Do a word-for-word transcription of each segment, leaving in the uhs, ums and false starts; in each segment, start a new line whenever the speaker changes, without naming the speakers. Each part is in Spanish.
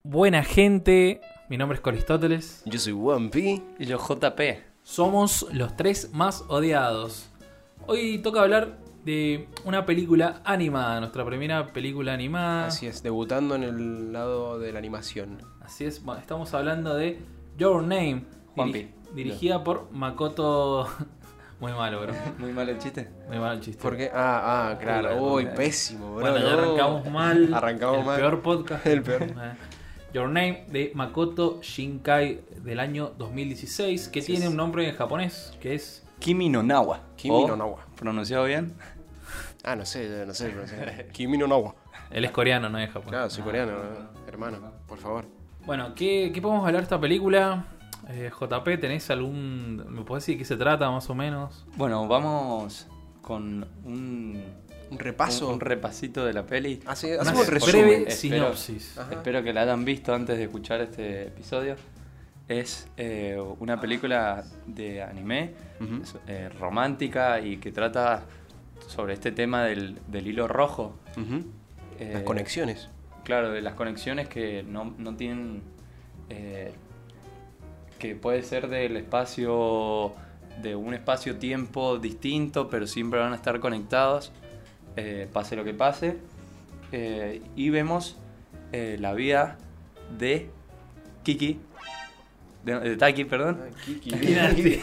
Buena gente, mi nombre es Coristóteles.
Yo soy Wampi.
Y yo J P.
Somos los tres más odiados. Hoy toca hablar de una película animada, nuestra primera película animada.
Así es, debutando en el lado de la animación.
Así es, bueno, estamos hablando de Your Name,
Juanpi.
diri- dirigida por Makoto... Muy malo, bro.
Muy mal el chiste.
Muy malo el chiste.
¿Por qué? Ah, ah, claro. Uy,
Uy,
pésimo, bro.
Bueno, ya arrancamos mal.
Arrancamos
el
mal.
peor podcast.
El peor.
Eh, Your Name de Makoto Shinkai del año dos mil dieciséis, que
Así
tiene
es.
un nombre en japonés, que es...
Kimi no Nawa.
Kimi
O,
no Nawa.
¿Pronunciado bien?
Ah, no sé, no sé. No sé. Kimi no Nawa.
Él es coreano, no es japonés.
Claro, soy coreano, ¿no? Hermano, por favor.
Bueno, ¿qué, ¿qué podemos hablar de esta película? Eh, J P, ¿tenés algún... ¿Me podés decir de qué se trata, más o menos?
Bueno, vamos con un,
Un repaso.
un, un repasito de la peli.
Así,
Una
hacemos un
breve
resumen.
Espero-
sinopsis.
Ajá.
Espero que la hayan visto antes de escuchar este episodio. Es eh, una película de anime,
Ujú.
es, eh, romántica y que trata sobre este tema del, del hilo rojo.
Ujú.
Eh,
Las conexiones.
Claro, de las conexiones que no, no tienen... eh, que puede ser del espacio... de un espacio-tiempo distinto, pero siempre van a estar conectados, eh, pase lo que pase. Eh, y vemos eh, la vida de Kiki, de, de Taki, perdón.
Kiki.
Kinasti.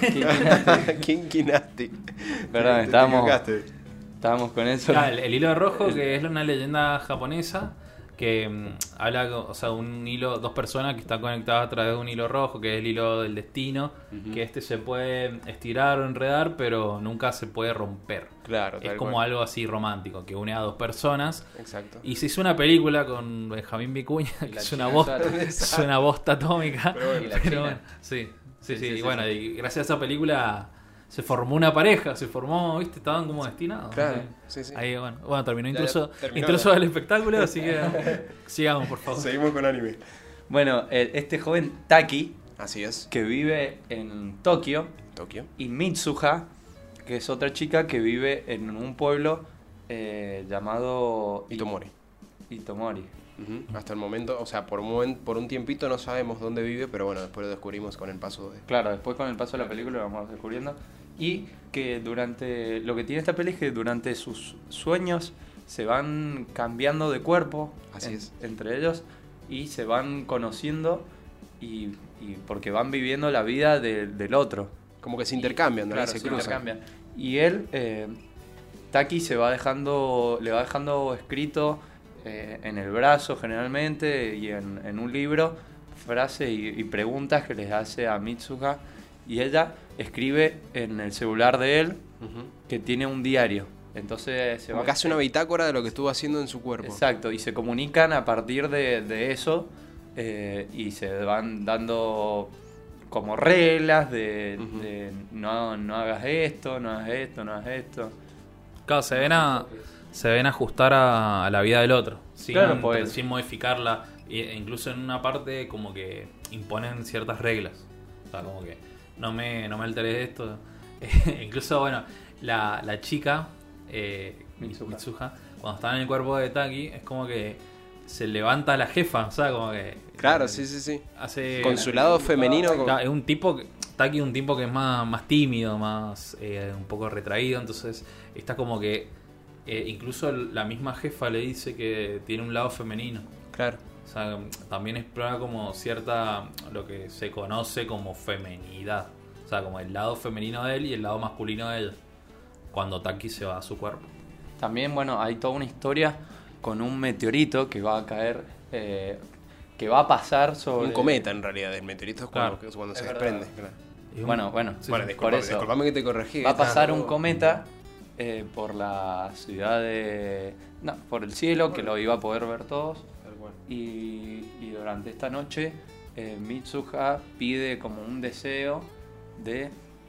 Kinki Nasty.
Perdón,
Te
estábamos,
equivocaste.
estábamos con eso.
Ah, el, el hilo rojo, que es una leyenda japonesa que mm, habla, o sea, un hilo, dos personas que están conectadas a través de un hilo rojo, que es el hilo del destino,
Ujú.
que este se puede estirar o enredar, pero nunca se puede romper.
Claro,
Es
tal
como
cual.
algo así romántico, que une a dos personas.
Exacto.
Y se hizo una película con Benjamín Vicuña, que
la
es una,
China
bosta,
Suárez.
es una bosta atómica.
Pero bueno.
Y la
Pero
China.
bueno, sí, sí, sí,
Sí, sí,
y
sí,
bueno,
sí.
y gracias a esa película se formó una pareja, se formó, ¿viste? Estaban como destinados.
Claro,
Sí.
sí, sí.
Ahí, bueno, bueno, terminó
Ya,
intruso,
terminó,
intruso
ya.
del espectáculo, así que sigamos, por favor.
Seguimos con anime.
Bueno, eh, este joven Taki,
Así es.
que vive en Tokio,
Tokio.
y Mitsuha, que es otra chica que vive en un pueblo eh, llamado
Itomori.
Itomori.
Ujú. Hasta el momento, o sea, por un momento, por un tiempito no sabemos dónde vive, pero bueno, después lo descubrimos con el paso de...
Claro, después con el paso de la película lo vamos descubriendo. Y que durante. Lo que tiene esta peli es que durante sus sueños se van cambiando de cuerpo.
Así
en-
es.
Entre ellos. Y se van conociendo. Y, y porque van viviendo la vida de- del otro.
Como que se intercambian, ¿no?
Claro,
se
se
cruzan.
intercambian. Y él, eh, Taki, se va dejando, le va dejando escrito eh, en el brazo generalmente y en, en un libro frases y, y preguntas que les hace a Mitsuha. Y ella escribe en el celular de él
Ujú.
que tiene un diario. Entonces se
Como
va
que hace una bitácora de lo que estuvo haciendo en su cuerpo.
Exacto, y se comunican a partir de, de eso eh, y se van dando como reglas de,
Ujú.
de no, no hagas esto, no hagas esto, no hagas esto.
Claro, se ven a, se ven a ajustar a, a la vida del otro, sin,
Claro, pues.
sin modificarla. E incluso en una parte como que imponen ciertas reglas. O sea, como que no me, no me alteres de esto. Incluso, bueno, la, la chica, eh,
Mitsuha.
Mitsuha, cuando está en el cuerpo de Taki, es como que se levanta la jefa, o sea, como que...
Claro, sí, sí, sí.
Hace...
Con su lado femenino. como-
Claro, es un tipo que, Taki es un tipo que es más, más tímido, más eh, un poco retraído, entonces está como que eh, incluso la misma jefa le dice que tiene un lado femenino.
Claro.
O sea, también explora como cierta, lo que se conoce como femenidad. O sea, como el lado femenino de él y el lado masculino de ella. Cuando Taki se va a su cuerpo.
También, bueno, hay toda una historia con un meteorito que va a caer, eh, que va a pasar sobre...
Un cometa, en realidad, del meteorito es cuando,
Claro.
es cuando
Es
se
verdad.
desprende. Claro.
Es un-
Bueno, bueno,
Sí,
Bueno,
sí.
disculpame,
por eso.
disculpame que te corregí.
Va a
está
pasar un
todo-
cometa eh, por la ciudad de... No, por el cielo, que lo iba a poder ver todos.
Tal cual.
Y, y durante esta noche eh, Mitsuha pide como un deseo de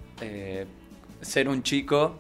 eh, ser un chico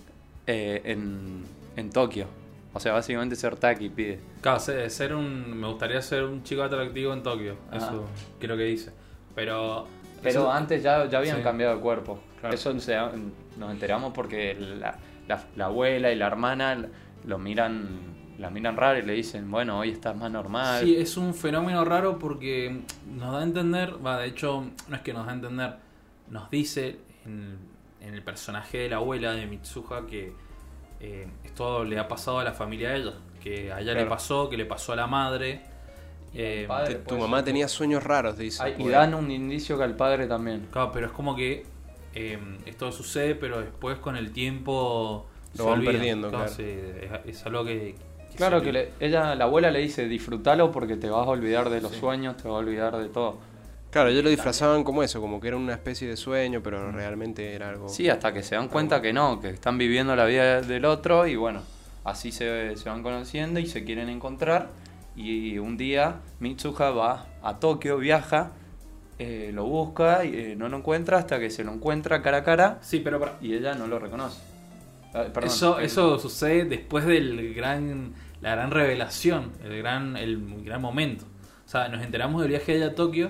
eh, en, en Tokio. O sea, básicamente ser Taki pide.
Claro, ser ser un, me gustaría ser un chico atractivo en Tokio.
Ajá.
Eso creo que dice. Pero...
Pero
eso-
antes ya, ya habían
Sí.
cambiado de cuerpo.
Claro.
Eso se- nos enteramos porque la, la- la abuela y la hermana lo miran la miran raro y le dicen, bueno, hoy estás más normal.
Sí, es un fenómeno raro porque nos da a entender, va, de hecho, no es que nos da a entender, nos dice en, en el personaje de la abuela de Mitsuha que eh, esto le ha pasado a la familia de ella, que a ella
Claro.
le pasó, que le pasó a la madre.
Y al
eh,
padre.
Te-
puede
tu
ser
mamá
un
tenía
poco-
sueños raros, dice.
Ay, y
Pues.
dan un indicio que al padre también.
Claro, pero es como que eh, esto sucede, pero después con el tiempo
Lo
se
van
olvida.
perdiendo, claro.
sí, es, es algo que... que
Claro
se
que
olvida.
le- ella, la abuela le dice, disfrútalo porque te vas a olvidar de los
Sí.
sueños, te vas a olvidar de todo.
Claro, ellos lo disfrazaban como eso, como que era una especie de sueño, pero realmente era algo...
Sí, hasta que se dan cuenta que no, que están viviendo la vida del otro y bueno, así se, se van conociendo y se quieren encontrar. Y un día Mitsuha va a Tokio, viaja, eh, lo busca y eh, no lo encuentra hasta que se lo encuentra cara a cara
Sí, pero para...
y ella no lo reconoce. Ah, perdón,
eso,
el-
eso sucede después del gran, la gran revelación, el gran, el gran momento. O sea, nos enteramos del viaje de ella a Tokio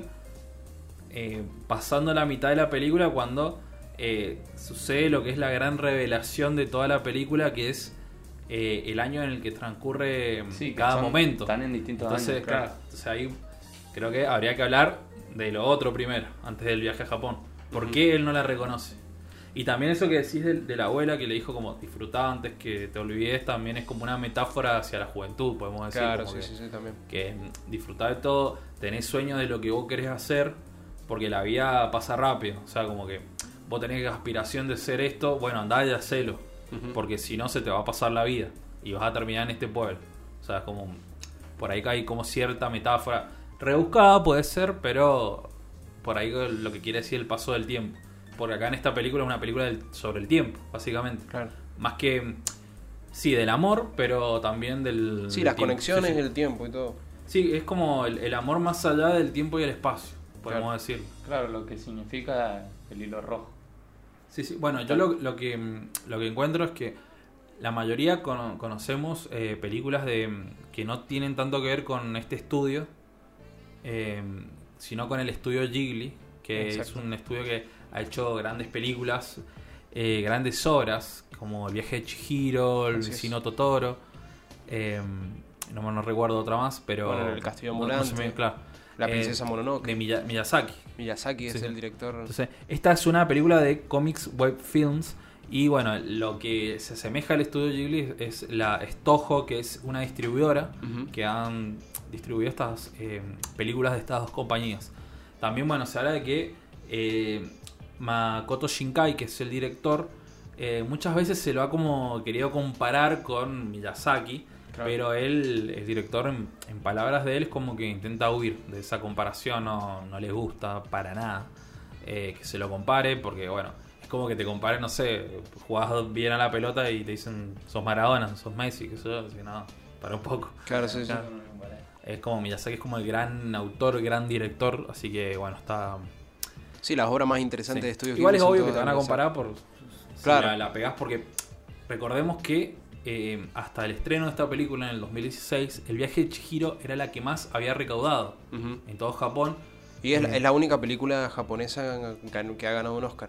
eh, pasando la mitad de la película cuando eh, sucede lo que es la gran revelación de toda la película, que es eh, el año en el que transcurre
Sí, que
cada
son-
momento.
Están en distintos
Entonces,
años.
claro, entonces ahí creo que habría que hablar de lo otro primero, antes del viaje a Japón. ¿Por
Ujú.
qué él no la reconoce? Y también eso que decís de, de la abuela que le dijo como disfrutá antes que te olvides, también es como una metáfora hacia la juventud, podemos decir.
Claro,
como
sí,
que,
sí, sí, también.
que mm, disfrutá de todo, tenés sueños de lo que vos querés hacer, porque la vida pasa rápido. O sea, como que vos tenés aspiración de ser esto, bueno, andá y hacelo,
Ujú.
porque si no se te va a pasar la vida y vas a terminar en este pueblo. O sea, es como por ahí hay como cierta metáfora rebuscada, puede ser, pero por ahí lo que quiere decir el paso del tiempo. Porque acá en esta película es una película del- sobre el tiempo, básicamente.
Claro.
Más que, sí, del amor, pero también del...
Sí,
del
las
tiempo.
conexiones,
Sí, sí.
el tiempo y todo.
Sí, es como el, el amor más allá del tiempo y el espacio, podemos
Claro.
decir.
Claro, lo que significa el hilo rojo.
Sí, sí. Bueno, yo lo, lo que mm, lo que encuentro es que la mayoría cono- conocemos eh, películas de mm, que no tienen tanto que ver con este estudio, eh, sino con el estudio Ghibli, que es
Exacto.
un estudio que ha hecho grandes películas, eh, grandes obras, como El viaje de Chihiro, El
Así es.
vecino Totoro, eh, no, no recuerdo otra más, pero...
Bueno, El castillo
no- no se
ambulante.
me- claro.
La
Eh,
princesa Mononoke.
de Miya- Miyazaki.
Miyazaki
Sí,
es
sí.
el director.
Entonces, esta es una película de Comics Web Films. Y bueno, lo que se asemeja al estudio Ghibli es la es Toho, que es una distribuidora
Ujú.
que han distribuido estas eh, películas de estas dos compañías. También, bueno, se habla de que eh, Makoto Shinkai, que es el director, eh, muchas veces se lo ha como querido comparar con Miyazaki.
Claro.
Pero él, el director, en, en palabras de él, es como que intenta huir de esa comparación, no, no le gusta para nada eh, que se lo compare, porque bueno, es como que te comparen, no sé, jugás bien a la pelota y te dicen, sos Maradona, sos Messi, que eso, así, no, para un poco.
Claro, sí, sí.
Claro. Es como Miyazaki, es como el gran autor, gran director, así que bueno, está...
Sí, las obras más interesantes
sí.
de estudios
Igual
Ghibli
es
son
obvio que
todas
te van a
de
comparar por si
Claro.
la, la pegás, porque recordemos que eh, hasta el estreno de esta película en el dos mil dieciséis, El viaje de Chihiro era la que más había recaudado
Ujú.
en todo Japón.
Y es, la-
Eh,
es la única película japonesa que, que ha ganado un Oscar.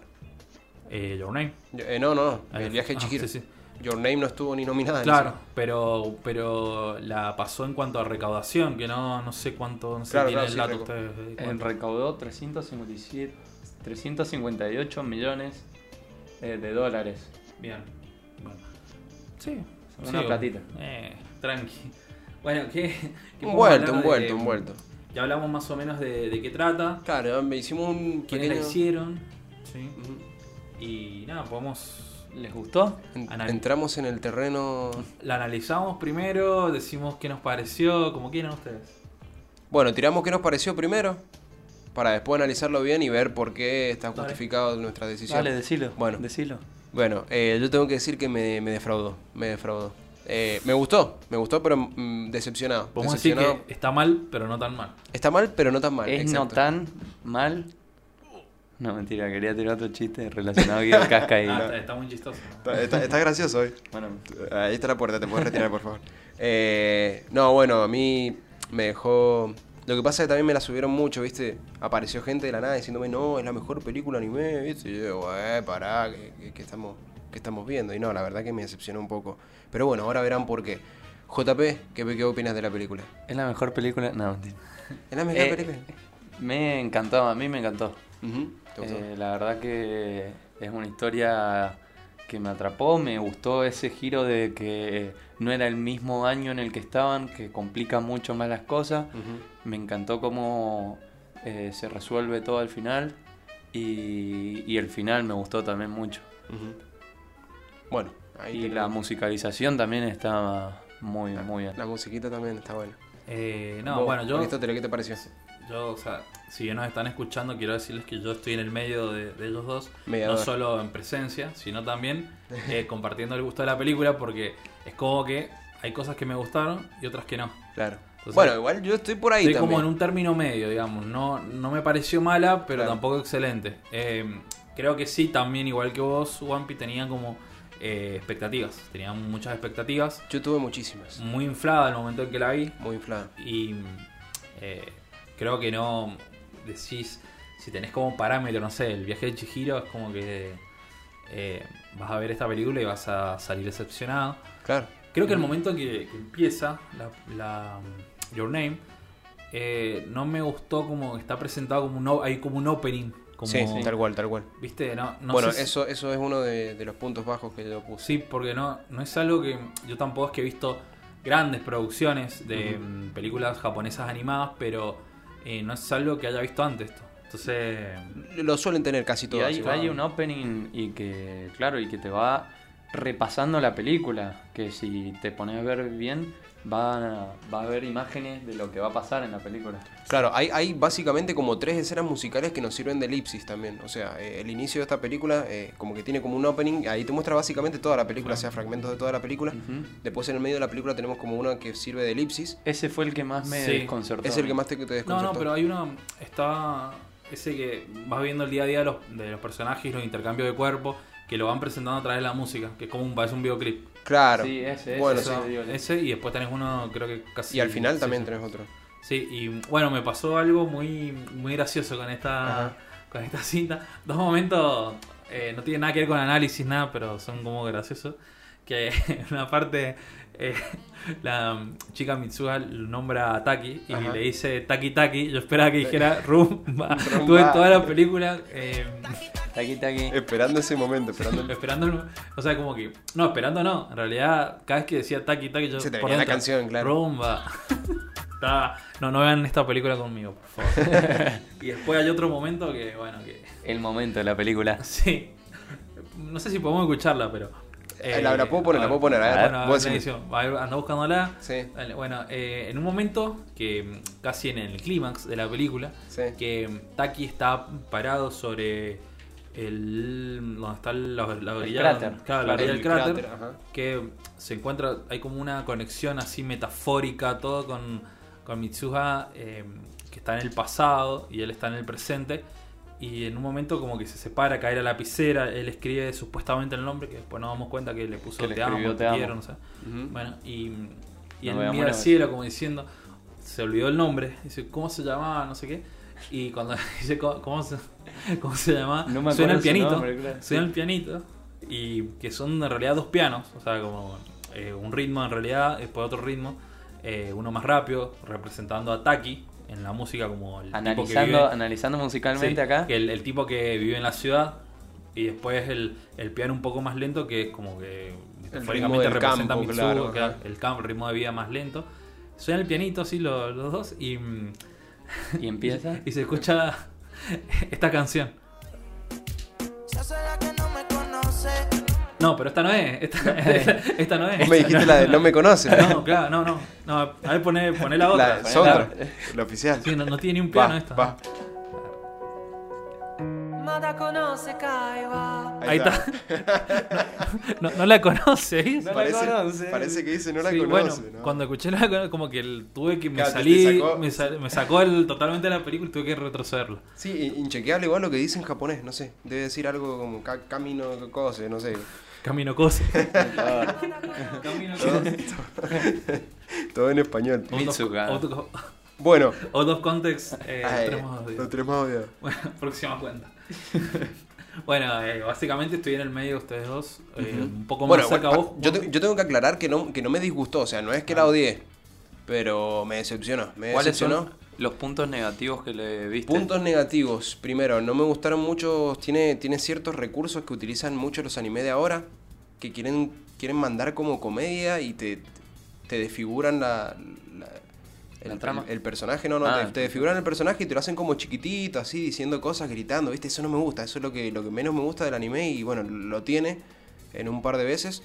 eh, Your Name.
Eh, no, no, El viaje de
Ah,
Chihiro.
sí, sí.
Your Name no estuvo ni nominada. ni
Claro,
siquiera.
pero pero la pasó en cuanto a recaudación, que no, no sé cuánto, no sé,
Claro,
tiene
claro,
el
sí,
dato
recu-
ustedes. de
Eh,
cuánto.
recaudó trescientos cincuenta y siete, trescientos cincuenta y ocho millones eh, de dólares.
Bien. Bueno. Sí.
Una
sí,
platita.
Eh, tranqui. Bueno, ¿qué? qué
Un
podemos
vuelto,
hablar
un
de-
vuelto, un vuelto.
Ya hablamos más o menos de, de qué trata,
Claro, hicimos un
quiénes la
pequeño...
hicieron. Sí.
Ujú.
Y nada, podemos.
¿Les gustó?
En-
Anal-
entramos en el terreno...
La analizamos primero, decimos qué nos pareció, como quieran ustedes.
Bueno, tiramos qué nos pareció primero, para después analizarlo bien y ver por qué está
Dale.
justificado nuestra decisión.
Dale, decilo.
Bueno.
Decilo.
Bueno, eh, yo tengo que decir que me, me defraudó, me defraudó. Eh, me gustó, me gustó, pero mm, decepcionado.
Podemos decir
decepcionado.
que está mal, pero no tan mal.
Está mal, pero no tan mal.
es
exacto.
no tan mal. No, mentira, quería tirar otro chiste relacionado a Guido Casca y...
Ah, está, está muy chistoso.
Está, está- está gracioso hoy.
Bueno,
Ahí está la puerta, te puedes retirar, por favor. Eh, no, bueno, a mí me dejó... Lo que pasa es que también me la subieron mucho, ¿viste? Apareció gente de la nada diciéndome, no, es la mejor película anime, ¿viste? Y yo digo, eh, pará, ¿qué, qué- qué estamos, qué estamos viendo? Y no, la verdad que me decepcionó un poco. Pero bueno, ahora verán por qué. J P, ¿qué, qué opinas de la película?
¿Es la mejor película? No, mentira.
¿Es la mejor
Eh,
película?
Me encantó, a mí me encantó.
Ujú, ¿te gustó?
Eh, la verdad que es una historia que me atrapó, me gustó ese giro de que no era el mismo año en el que estaban, que complica mucho más las cosas.
Ujú.
Me encantó cómo eh, se resuelve todo al final y, y el final me gustó también mucho.
Ujú. Bueno, ahí
Y
tenemos-
la musicalización también está muy,
la,
muy bien.
la musiquita también está buena.
Eh, no,
Vos,
bueno, yo,
Aristóteles, ¿qué te pareció?
yo, o sea, si bien nos están escuchando, quiero decirles que yo estoy en el medio de, de ellos dos,
Mediador.
no solo en presencia, sino también eh, compartiendo el gusto de la película, porque es como que hay cosas que me gustaron y otras que no.
Claro.
Entonces,
bueno, igual yo estoy por ahí
Estoy
también.
como en un término medio, digamos. No, no me pareció mala, pero
Claro.
tampoco excelente. Eh, creo que sí, también, igual que vos, Wampi, tenía como eh, expectativas. Tenía muchas expectativas.
Yo tuve muchísimas.
Muy inflada al momento en que la vi.
Muy inflada.
Y eh, creo que no decís, si tenés como parámetro, no sé, el viaje de Chihiro es como que eh, vas a ver esta película y vas a salir decepcionado.
Claro.
Creo que el momento que, que empieza la, la Your Name eh, no me gustó como está presentado como un o- hay como un opening, como,
Sí, tal cual, tal cual.
viste, no, no
bueno,
sé si-
eso, eso es uno de, de los puntos bajos que yo puse.
sí, porque no, no es algo que yo tampoco es que he visto grandes producciones de
Ujú.
mm, películas japonesas animadas, pero eh, no es algo que haya visto antes esto. Entonces,
Lo suelen tener casi
Y
todos.
hay,
igual.
hay un opening y que, claro, y que te va repasando la película, que si te pones a ver bien, va a, va a haber imágenes de lo que va a pasar en la película.
Claro, hay, hay básicamente como tres escenas musicales que nos sirven de elipsis también. O sea, eh, el inicio de esta película eh, como que tiene como un opening, ahí te muestra básicamente toda la película, o sea, fragmentos de toda la película.
Ujú.
Después en el medio de la película tenemos como una que sirve de elipsis.
Ese fue el que más me
Sí.
desconcertó.
Es el que más te, te
no,
desconcertó.
no, pero hay uno, está ese que vas viendo el día a día de los, de los personajes, los intercambios de cuerpo, que lo van presentando a través de la música, que es como un, parece un videoclip.
Claro.
Sí, ese, ese,
Bueno,
ese,
sí.
digo,
Ese, y después tenés uno, creo que casi...
Y al final
sí,
también
sí.
tenés otro.
Sí, y bueno, me pasó algo muy, muy gracioso con esta,
Ajá.
con esta cinta. Dos momentos, eh, no tienen nada que ver con análisis, nada, pero son como graciosos. Que en una parte eh, la chica Mitsuha lo nombra a Taki y
Ajá.
le dice Taki Taki. Yo esperaba que dijera Rumba.
Rumba.
Tuve toda la película eh,
Taqui, taqui.
Esperando ese momento, esperando el...
esperando, el- o sea, como que, no, esperando no. En realidad, cada vez que decía Taki Taki, yo
Se te
por
venía la
dentro,
canción, claro.
Rumba. Estaba- no, no vean esta película conmigo, por favor. Y después hay otro momento que, bueno, que
El momento de la película.
sí. No sé si podemos escucharla, pero.
Eh, la- la puedo poner, la puedo poner, a ver,
Bueno, a ver,
vos
la
decime.
edición. A ver, anda buscándola.
Sí,
Dale, bueno, eh, en un momento que mm, casi en el clímax de la película,
sí.
que mm, Taki está parado sobre el. donde está la, la orilla.
cráter.
Claro, la orilla del
El
cráter.
ajá.
Que se encuentra, hay como una conexión así metafórica, todo con, con Mitsuha, eh, que está en el pasado y él está en el presente. Y en un momento como que se separa, cae la lapicera, él escribe supuestamente el nombre, que después nos damos cuenta que le puso
Que le
te amo,
escribió
te,
te amo.
quiero, no sé.
Ujú.
Bueno, y, y
No
él
veamos
mira al
la-
cielo como diciendo, se olvidó el nombre, dice, ¿cómo se llamaba? No sé qué. Y cuando dice, ¿cómo, cómo se, cómo se llamaba?
No me
Suena el
acuerdo su
pianito,
nombre, claro.
suena el pianito, y que son en realidad dos pianos, o sea, como eh, un ritmo en realidad, después otro ritmo, eh, uno más rápido, representando a Taki en la música como el tipo que
Analizando,
vive...
analizando musicalmente
Sí,
acá.
que el, el tipo que vive en la ciudad y después el, el piano un poco más lento que es como que metafóricamente
del
representa
campo,
a Mitsuo,
claro,
que
ajá.
el campo, el ritmo de vida más lento. Suena el pianito así los, los dos y, mm,
Y empieza.
y se escucha esta canción.
Yo soy la que no me conoce.
No, pero esta no es. Esta, esta, esta no es.
Vos me dijiste la de no me conoces.
No, claro, no, no. no a ver, poné, poné la otra.
La
poné
Sondra,
la-
la oficial.
Sí, no, no tiene ni un piano
Va,
esta.
va.
Mada conoce Kaiwa.
Ahí está. No, no la conoce, ¿viste?
No la
Parece,
conoce.
parece que dice no la
Sí,
conoce.
bueno,
¿no?
cuando escuché la como que el- tuve que me
Claro, te-
salí,
te sacó-
me, sal- me sacó el, totalmente de la película y tuve que retrocederlo.
Sí, in- inchequeable igual lo que dice en japonés, no sé. Debe decir algo como ca- camino cose, no sé.
Camino Cose.
Por
Camino
Todo, todo en español.
Mitsuha.
Out of,
Bueno,
out of context, eh,
ay,
tenemos audio.
los tres más odiados.
Bueno, próxima cuenta. Bueno, eh, básicamente estoy en el medio de ustedes dos. eh,
Ujú.
Un poco
Bueno,
más cerca a
bueno,
vos.
yo,
vos-
te- yo tengo que aclarar que no, que no me disgustó, o sea, no es que
Ah.
la odié, pero me decepcionó. Me
¿Cuáles
decepcionó.
son los puntos negativos que le viste?
Puntos negativos. Primero, no me gustaron mucho. Tiene, tiene ciertos recursos que utilizan mucho los animes de ahora. Que quieren, quieren mandar como comedia y te, te desfiguran la, la- el,
¿La trama?
el- el personaje. No, no,
Ah,
te, te desfiguran el personaje y te lo hacen como chiquitito, así, diciendo cosas, gritando. ¿Viste? Eso no me gusta. Eso es lo que, lo que menos me gusta del anime. Y bueno, lo tiene en un par de veces.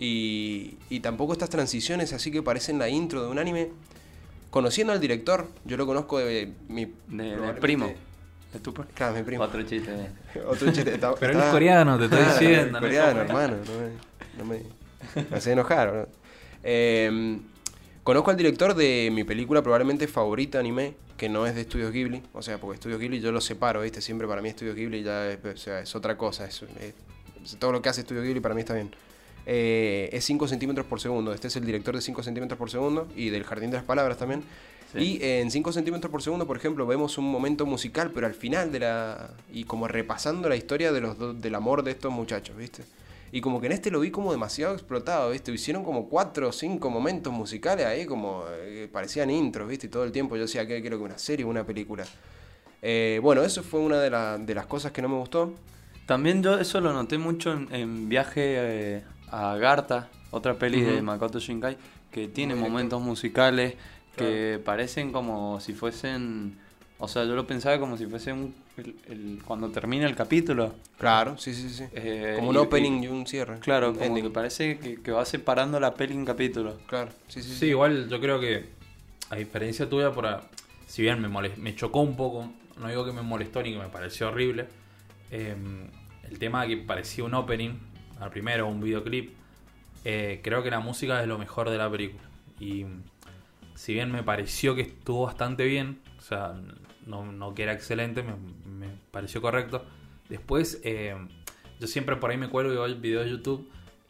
Y, y tampoco estas transiciones así que parecen la intro de un anime. Conociendo al director, yo lo conozco de mi...
De, de
probablemente-
primo. ¿De tu primo?
Claro, mi primo.
Otro chiste.
Otro chiste. Está-
Pero él
está-
es coreano, te estoy
Claro,
diciendo.
es
no
coreano,
somos-
hermano. No me, no me, me hace enojar. ¿no? Eh, conozco al director de mi película probablemente favorita anime, que no es de Estudios Ghibli. O sea, porque Estudios Ghibli yo lo separo, ¿viste? Siempre para mí Estudios Ghibli ya es, o sea, es otra cosa. Es, es- todo lo que hace Estudios Ghibli para mí está bien. Eh, es cinco centímetros por segundo. Este es el director de cinco centímetros por segundo y del Jardín de las Palabras también.
Sí.
Y en cinco centímetros por segundo, por ejemplo, vemos un momento musical, pero al final de la... Y como repasando la historia de los do- del amor de estos muchachos, ¿viste? Y como que en este lo vi como demasiado explotado, ¿viste? Hicieron como cuatro o cinco momentos musicales ahí, como eh, parecían intros, ¿viste? Y todo el tiempo yo decía, ¿qué quiero que una serie o una película? Eh, bueno, eso fue una de, la- de las cosas que no me gustó.
También yo eso lo noté mucho en, en Viaje eh, a Garta, otra peli de
Ujú.
Makoto Shinkai, que tiene
Muy
momentos musicales que parecen como si fuesen... O sea, yo lo pensaba como si fuese un, el- el- cuando termina el capítulo.
Claro, sí, sí, sí.
eh,
como un
y-
opening
y-
y un cierre.
Claro,
un
como
ending.
que parece que, que va separando la peli en capítulos.
Claro, sí, sí,
Sí,
sí.
igual yo creo que, a diferencia tuya, por a- si bien me, molest- me chocó un poco, no digo que me molestó ni que me pareció horrible, eh, el tema de que parecía un opening, al primero un videoclip, eh, creo que la música es lo mejor de la película. Y si bien me pareció que estuvo bastante bien, o sea, no, no que era excelente, me, me pareció correcto. Después, eh, yo siempre por ahí me cuelgo y veo videos de YouTube.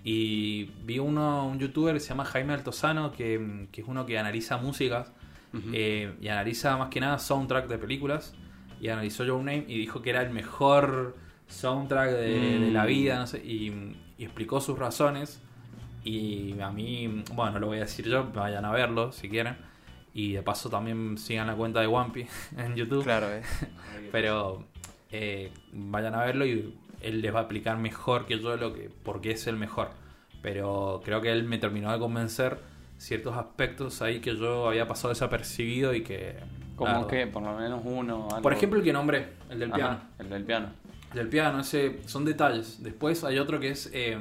Y vi uno, un youtuber que se llama Jaime Altozano, que, que es uno que analiza músicas
Ujú.
eh, y analiza más que nada soundtrack de películas. Y analizó Your Name y dijo que era el mejor soundtrack de,
Mm.
de la vida, no sé, y, y explicó sus razones. Y a mí, bueno, no lo voy a decir yo, vayan a verlo si quieren. Y de paso también sigan la cuenta de One Piece en YouTube.
Claro, eh.
Pero eh, vayan a verlo y él les va a explicar mejor que yo lo que por qué es el mejor. Pero creo que él me terminó de convencer ciertos aspectos ahí que yo había pasado desapercibido y que...
Como
claro.
que por lo menos uno. algo-
Por ejemplo, el que nombré, el del
Ajá,
piano.
el del piano.
El del piano, ese son detalles. Después hay otro que es eh,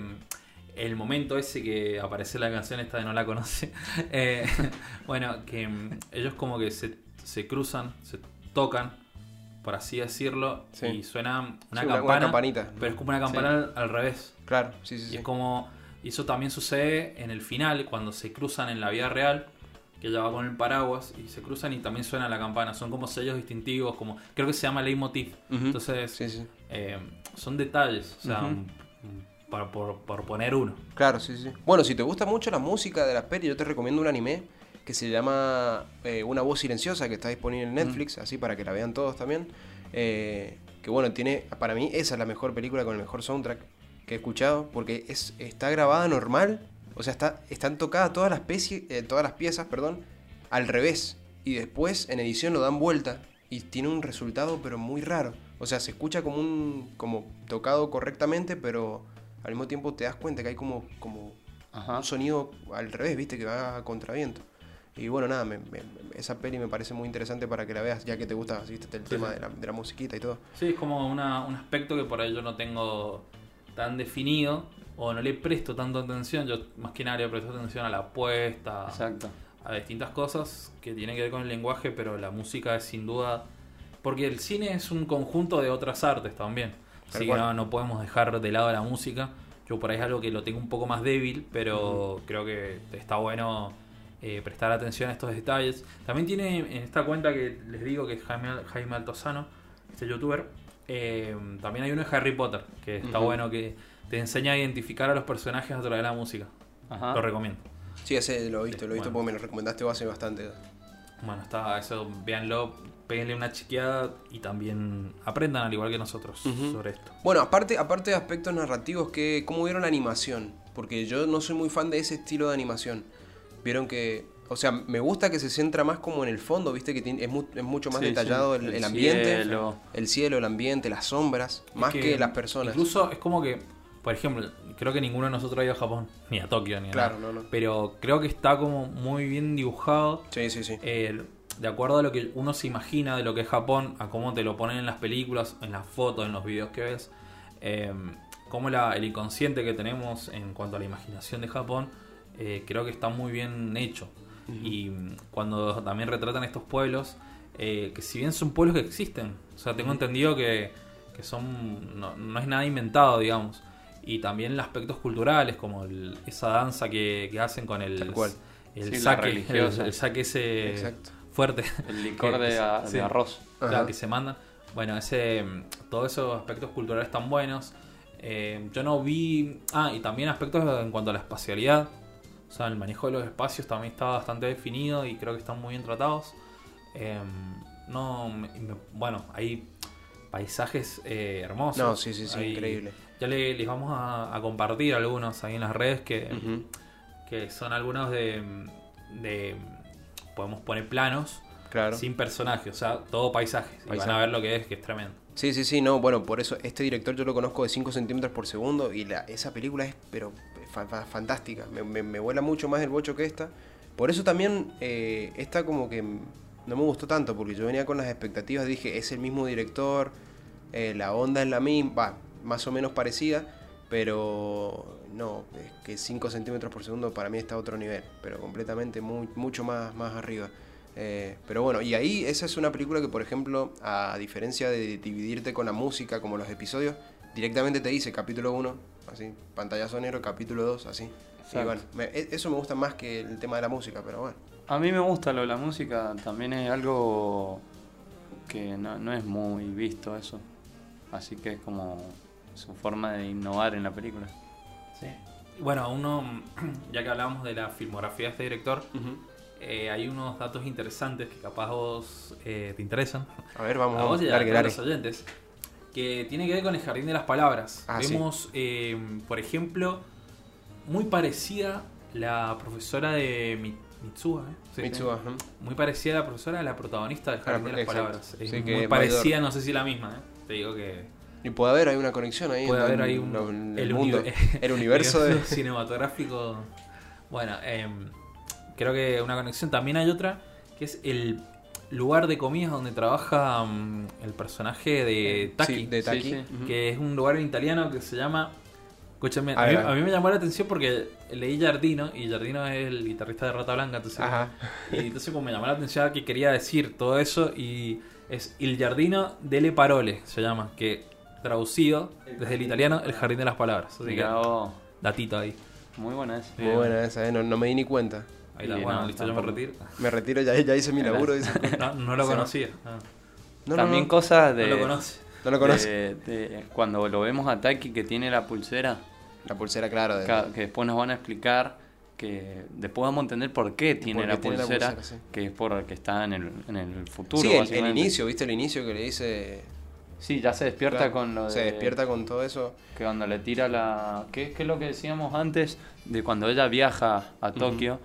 el momento ese que aparece en la canción esta de No la conoce. Eh, bueno, que mm, ellos como que se, se cruzan, se tocan, por así decirlo,
Sí.
y suena una
Sí, una-
campana,
una campanita.
pero es como una campana al, al revés.
Claro, sí, sí,
Y
sí.
es como, y eso también sucede en el final, cuando se cruzan en la vida real, que ella va con el paraguas y se cruzan y también suena la campana. Son como sellos distintivos, como creo que se llama leitmotiv.
Ujú.
Entonces,
Sí, sí.
eh, son detalles, o sea,
Ujú.
un- un- por, por- por poner uno.
Claro, sí, sí. Bueno, si te gusta mucho la música de las pelis, yo te recomiendo un anime que se llama eh, Una voz silenciosa, que está disponible en Netflix, así para que la vean todos también. Eh, que bueno, tiene, para mí esa es la mejor película con el mejor soundtrack que he escuchado, porque es, está grabada normal, o sea, está, están tocadas todas las, peci- eh, todas las piezas, perdón, al revés, y después en edición lo dan vuelta y tiene un resultado pero muy raro. O sea, se escucha como un como tocado correctamente, pero al mismo tiempo te das cuenta que hay como, como
Ajá.
un sonido al revés, viste, que va a contraviento. Y bueno, nada, me- me- esa peli me parece muy interesante para que la veas, ya que te gusta, viste, el
Sí,
tema
sí.
De, la, de la musiquita y todo.
Sí, es como una, un aspecto que por ahí yo no tengo tan definido o no le presto tanta atención. Yo más que nada le presto atención a la apuesta,
Exacto.
a distintas cosas que tienen que ver con el lenguaje, pero la música es sin duda... Porque el cine es un conjunto de otras artes también.
Tal
Así que
cual.
no, no podemos dejar de lado la música. Yo por ahí es algo que lo tengo un poco más débil, pero creo que está bueno eh, prestar atención a estos detalles. También tiene en esta cuenta que les digo que es Jaime, Jaime Altozano, este youtuber, eh, también hay uno de Harry Potter, que está
Ujú.
bueno, que te enseña a identificar a los personajes a través de la música.
Ajá.
Lo recomiendo.
Sí, ese lo he visto, lo he visto
Bueno.
porque me lo recomendaste hace bastante.
Bueno, está eso, véanlo, péguenle una chequeada y también aprendan al igual que nosotros
Ujú.
sobre esto.
Bueno, aparte, aparte de aspectos narrativos, que, ¿cómo vieron la animación? Porque yo no soy muy fan de ese estilo de animación. Vieron que... O sea, me gusta que se centra más como en el fondo, viste que tiene, es, mu- es mucho más
Sí,
detallado
sí.
el,
El
el ambiente,
cielo.
el cielo, el ambiente, las sombras,
Es
más que, las personas.
Incluso es como que, por ejemplo, creo que ninguno de nosotros ha ido a Japón, ni a Tokio, ni a
Claro,
nada.
no, no.
Pero creo que está como muy bien dibujado.
Sí, sí, sí.
eh, de acuerdo a lo que uno se imagina de lo que es Japón, a cómo te lo ponen en las películas, en las fotos, en los videos que ves, eh, cómo la, el inconsciente que tenemos en cuanto a la imaginación de Japón, eh, creo que está muy bien hecho. Uh-huh. Y mm, cuando también retratan estos pueblos, eh, que si bien son pueblos que existen, o sea, tengo uh-huh. entendido que, que son no, no es nada inventado, digamos. Y también los aspectos culturales, como el, esa danza que, que hacen con el,
Tal cual.
el
Sí,
saque, el,
religiosa.
el saque ese...
Exacto.
fuerte.
El licor
que,
de, a,
sí,
de arroz.
claro,
Ajá.
que se mandan. Bueno, ese todos esos aspectos culturales están buenos. Eh, yo no vi... Ah, y también aspectos en cuanto a la espacialidad. O sea, el manejo de los espacios también está bastante definido y creo que están muy bien tratados. Eh, no, me, me, bueno, hay paisajes eh, hermosos.
No, sí, sí, sí,
hay,
increíble.
Ya le, les vamos a, a compartir algunos ahí en las redes que,
Uh-huh.
que son algunos de... de podemos poner planos
Claro.
sin personajes, o sea, todo paisajes. Y
Paisaje.
van a ver lo que es, que es tremendo.
Sí, sí, sí, no, bueno, por eso este director yo lo conozco de cinco centímetros por segundo y la, esa película es, pero, fa- fa- fantástica, me, me, me vuela mucho más el bocho que esta. Por eso también eh, esta como que no me gustó tanto, porque yo venía con las expectativas, dije, es el mismo director, eh, la onda es la misma, va, más o menos parecida, pero no, es que cinco centímetros por segundo para mí está a otro nivel, pero completamente muy, mucho más, más arriba. Eh, pero bueno, y ahí esa es una película que, por ejemplo, a diferencia de dividirte con la música como los episodios, directamente te dice capítulo uno, así, pantallazo negro, capítulo dos, así.
Exacto.
Y bueno, me, eso me gusta más que el tema de la música, pero bueno.
A mí me gusta lo de la música, también es algo que no, no es muy visto eso. Así que es como su forma de innovar en la película.
Sí. Bueno, uno, ya que hablábamos de la filmografía de este director, eh, hay unos datos interesantes que capaz vos eh, te interesan.
A ver, vamos,
A vos y a
largue,
todos
largue.
los oyentes. Que tiene que ver con el Jardín de las Palabras.
Ah,
Vemos, sí. eh, por ejemplo, muy parecida la profesora de Mi- Mitsuha. ¿eh? Sí,
Mitsuha,
sí.
ajá.
Muy parecida a la profesora de la protagonista del Jardín
Ah,
de las
exacto.
Palabras. Es
Sí, que
muy
es
parecida,
mayor.
no sé si la misma. ¿eh? Te digo que...
Y puede haber, hay una conexión ahí.
Puede
en-
haber ahí
en
un,
lo- en el,
el,
mundo,
uni-
el universo de...
cinematográfico. Bueno, eh, creo que una conexión. También hay otra que es el lugar de comidas donde trabaja um, el personaje de Taki,
Sí, de Taki.
Sí, sí.
Ujú.
que es un lugar en italiano que se llama... Escúchame,
A
a, mí,
ver, a ver.
a mí me llamó la atención porque leí Giardino y Giardino es el guitarrista de Rata Blanca, entonces,
Ajá.
y entonces como me llamó la atención que quería decir todo eso y es Il Giardino delle Parole, se llama, que traducido desde el italiano el jardín de las palabras. Así que
Mirá vos,
datito ahí.
muy buena esa.
Muy buena esa, ¿eh? no, no me di ni cuenta.
Ahí está,
Y
bueno,
no,
listo, yo me
tampoco.
retiro.
Me retiro, ya, ya hice mi laburo. dice.
No, no lo
Se va.
conocía. Ah,
No, no,
También
no,
cosas de,
no lo conoce.
no lo conoce.
de- de- cuando lo vemos a Taki que tiene la pulsera,
La pulsera, claro. De...
ca- que después nos van a explicar, que después vamos a entender por qué tiene,
qué
la,
tiene la
pulsera,
pulsera, sí.
que es porque está en el, en el futuro.
Sí, el, el
básicamente.
inicio, ¿viste? El inicio que le dice...
Sí, ya se despierta
Claro,
con lo de...
Se despierta con todo eso.
Que cuando le tira la... ¿Qué, qué es lo que decíamos antes? De cuando ella viaja a Tokio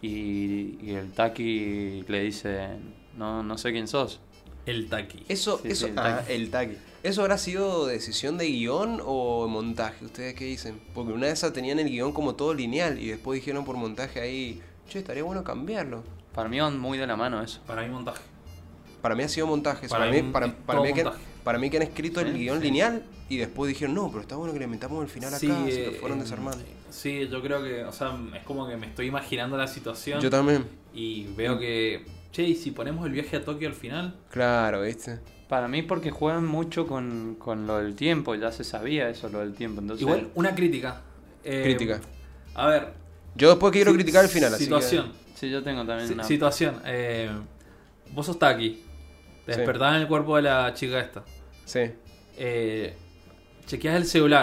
y, y el Taki le dice, no, no sé quién sos.
El Taki.
Eso,
Sí,
eso,
sí, el
ah,
Taki.
el Taki. ¿Eso habrá sido decisión de guión o montaje? ¿Ustedes qué dicen? Porque una de esas tenían el guión como todo lineal y después dijeron por montaje ahí, che, estaría bueno cambiarlo.
Para mí van muy de la mano eso.
Para mí montaje.
Para mí ha sido montaje.
Para
Para, mí,
mí
para,
es
para,
todo
mí que,
montaje.
para mí que han escrito el
Sí,
guión
sí.
lineal y después dijeron, no, pero está bueno que le metamos el final acá,
Sí,
se lo fueron
eh,
desarmando.
Sí, yo creo que, o sea, es como que me estoy imaginando la situación
Yo también.
y veo que, che, ¿y si ponemos el viaje a Tokio al final?
Claro, ¿viste?
Para mí porque juegan mucho con, con lo del tiempo, ya se sabía eso, lo del tiempo. Entonces,
Igual, una crítica. Eh,
Crítica.
A ver.
Yo después quiero
si-
criticar el final, así
Situación.
Sí, yo tengo también
Si-
una...
Situación. Eh, vos sos Taki. Te
Sí.
despertás en el cuerpo de la chica esta.
que... Sí.
Eh, chequeás el celular.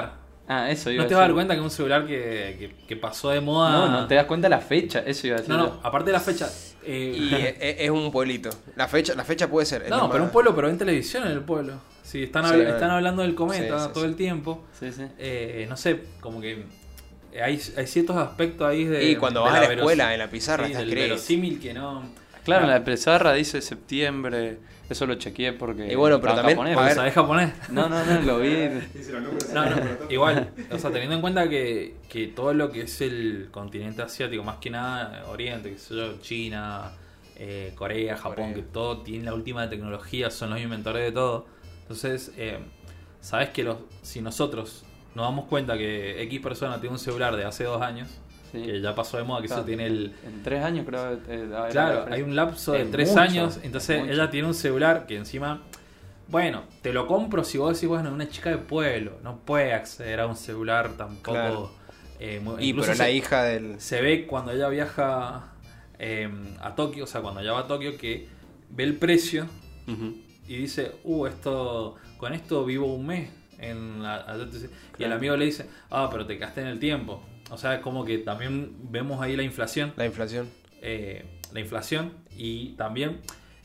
Ah, eso iba
No
a
te vas a dar
decir.
cuenta que es un celular que, que, que pasó de moda.
No, no te das cuenta la fecha, eso iba a decir.
No, no, aparte de la fecha. eh,
Y es, es- es un pueblito. La fecha, la fecha puede ser. es
no,
lo
pero
más-
un pueblo, pero ven televisión en el pueblo. Sí, están,
Sí,
habla-
bueno.
están hablando del cometa
Sí, sí,
todo
sí.
el tiempo.
Sí, sí.
Eh, no sé, como que hay, hay ciertos aspectos ahí de.
Y cuando
de
vas a la
veros-
escuela, en la pizarra,
sí,
estás
del
escrito.
verosímil que no.
Claro, en la pizarra dice septiembre. Eso lo chequeé porque.
Y bueno, pero
estaba en
también,
japonés.
a ver,
¿Sabés japonés?
No, no, no, lo vi.
No, no, igual, o sea, teniendo en cuenta que, que todo lo que es el continente asiático, más que nada Oriente, que sé yo, China, eh, Corea, Japón,
Corea.
que todo tiene la última tecnología, son los inventores de todo. Entonces, eh, sabes que los, si nosotros nos damos cuenta que X persona tiene un celular de hace dos años,
Sí.
que ya pasó de moda, que
Claro,
eso tiene el...
En tres años creo. eh, era
Claro,
la
hay un lapso de
Es
tres
mucho,
años,
es
entonces
mucho.
ella tiene un celular que encima, bueno, te lo compro si vos decís, bueno, una chica de pueblo, no puede acceder a un celular tampoco.
Claro.
eh, muy-
Y
incluso
pero es la
se,
hija del.
se ve cuando ella viaja eh, a Tokio, o sea, cuando ella va a Tokio, que ve el precio
Ujú.
y dice, uh, esto, con esto vivo un mes. En la, y el
Claro.
amigo le dice, ah, pero te quedaste en el tiempo. O sea, es como que también vemos ahí la inflación
La inflación.
eh, la inflación y también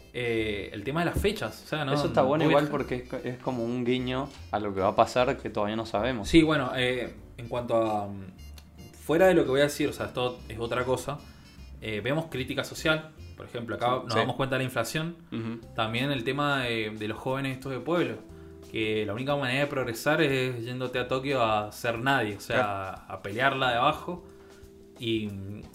eh, el tema de las fechas. O sea, ¿no?
Eso está bueno
Voy
igual
a-
porque es, es como un guiño a lo que va a pasar que todavía no sabemos.
Sí, bueno, eh, en cuanto a... mm, fuera de lo que voy a decir, o sea, esto es otra cosa, eh, vemos crítica social. Por ejemplo, acá
Sí,
nos
sí.
damos cuenta de la inflación.
Ujú.
También el tema de, de los jóvenes estos de pueblo. Que la única manera de progresar es yéndote a Tokio a ser nadie. O sea,
Claro.
a pelearla de abajo. Y,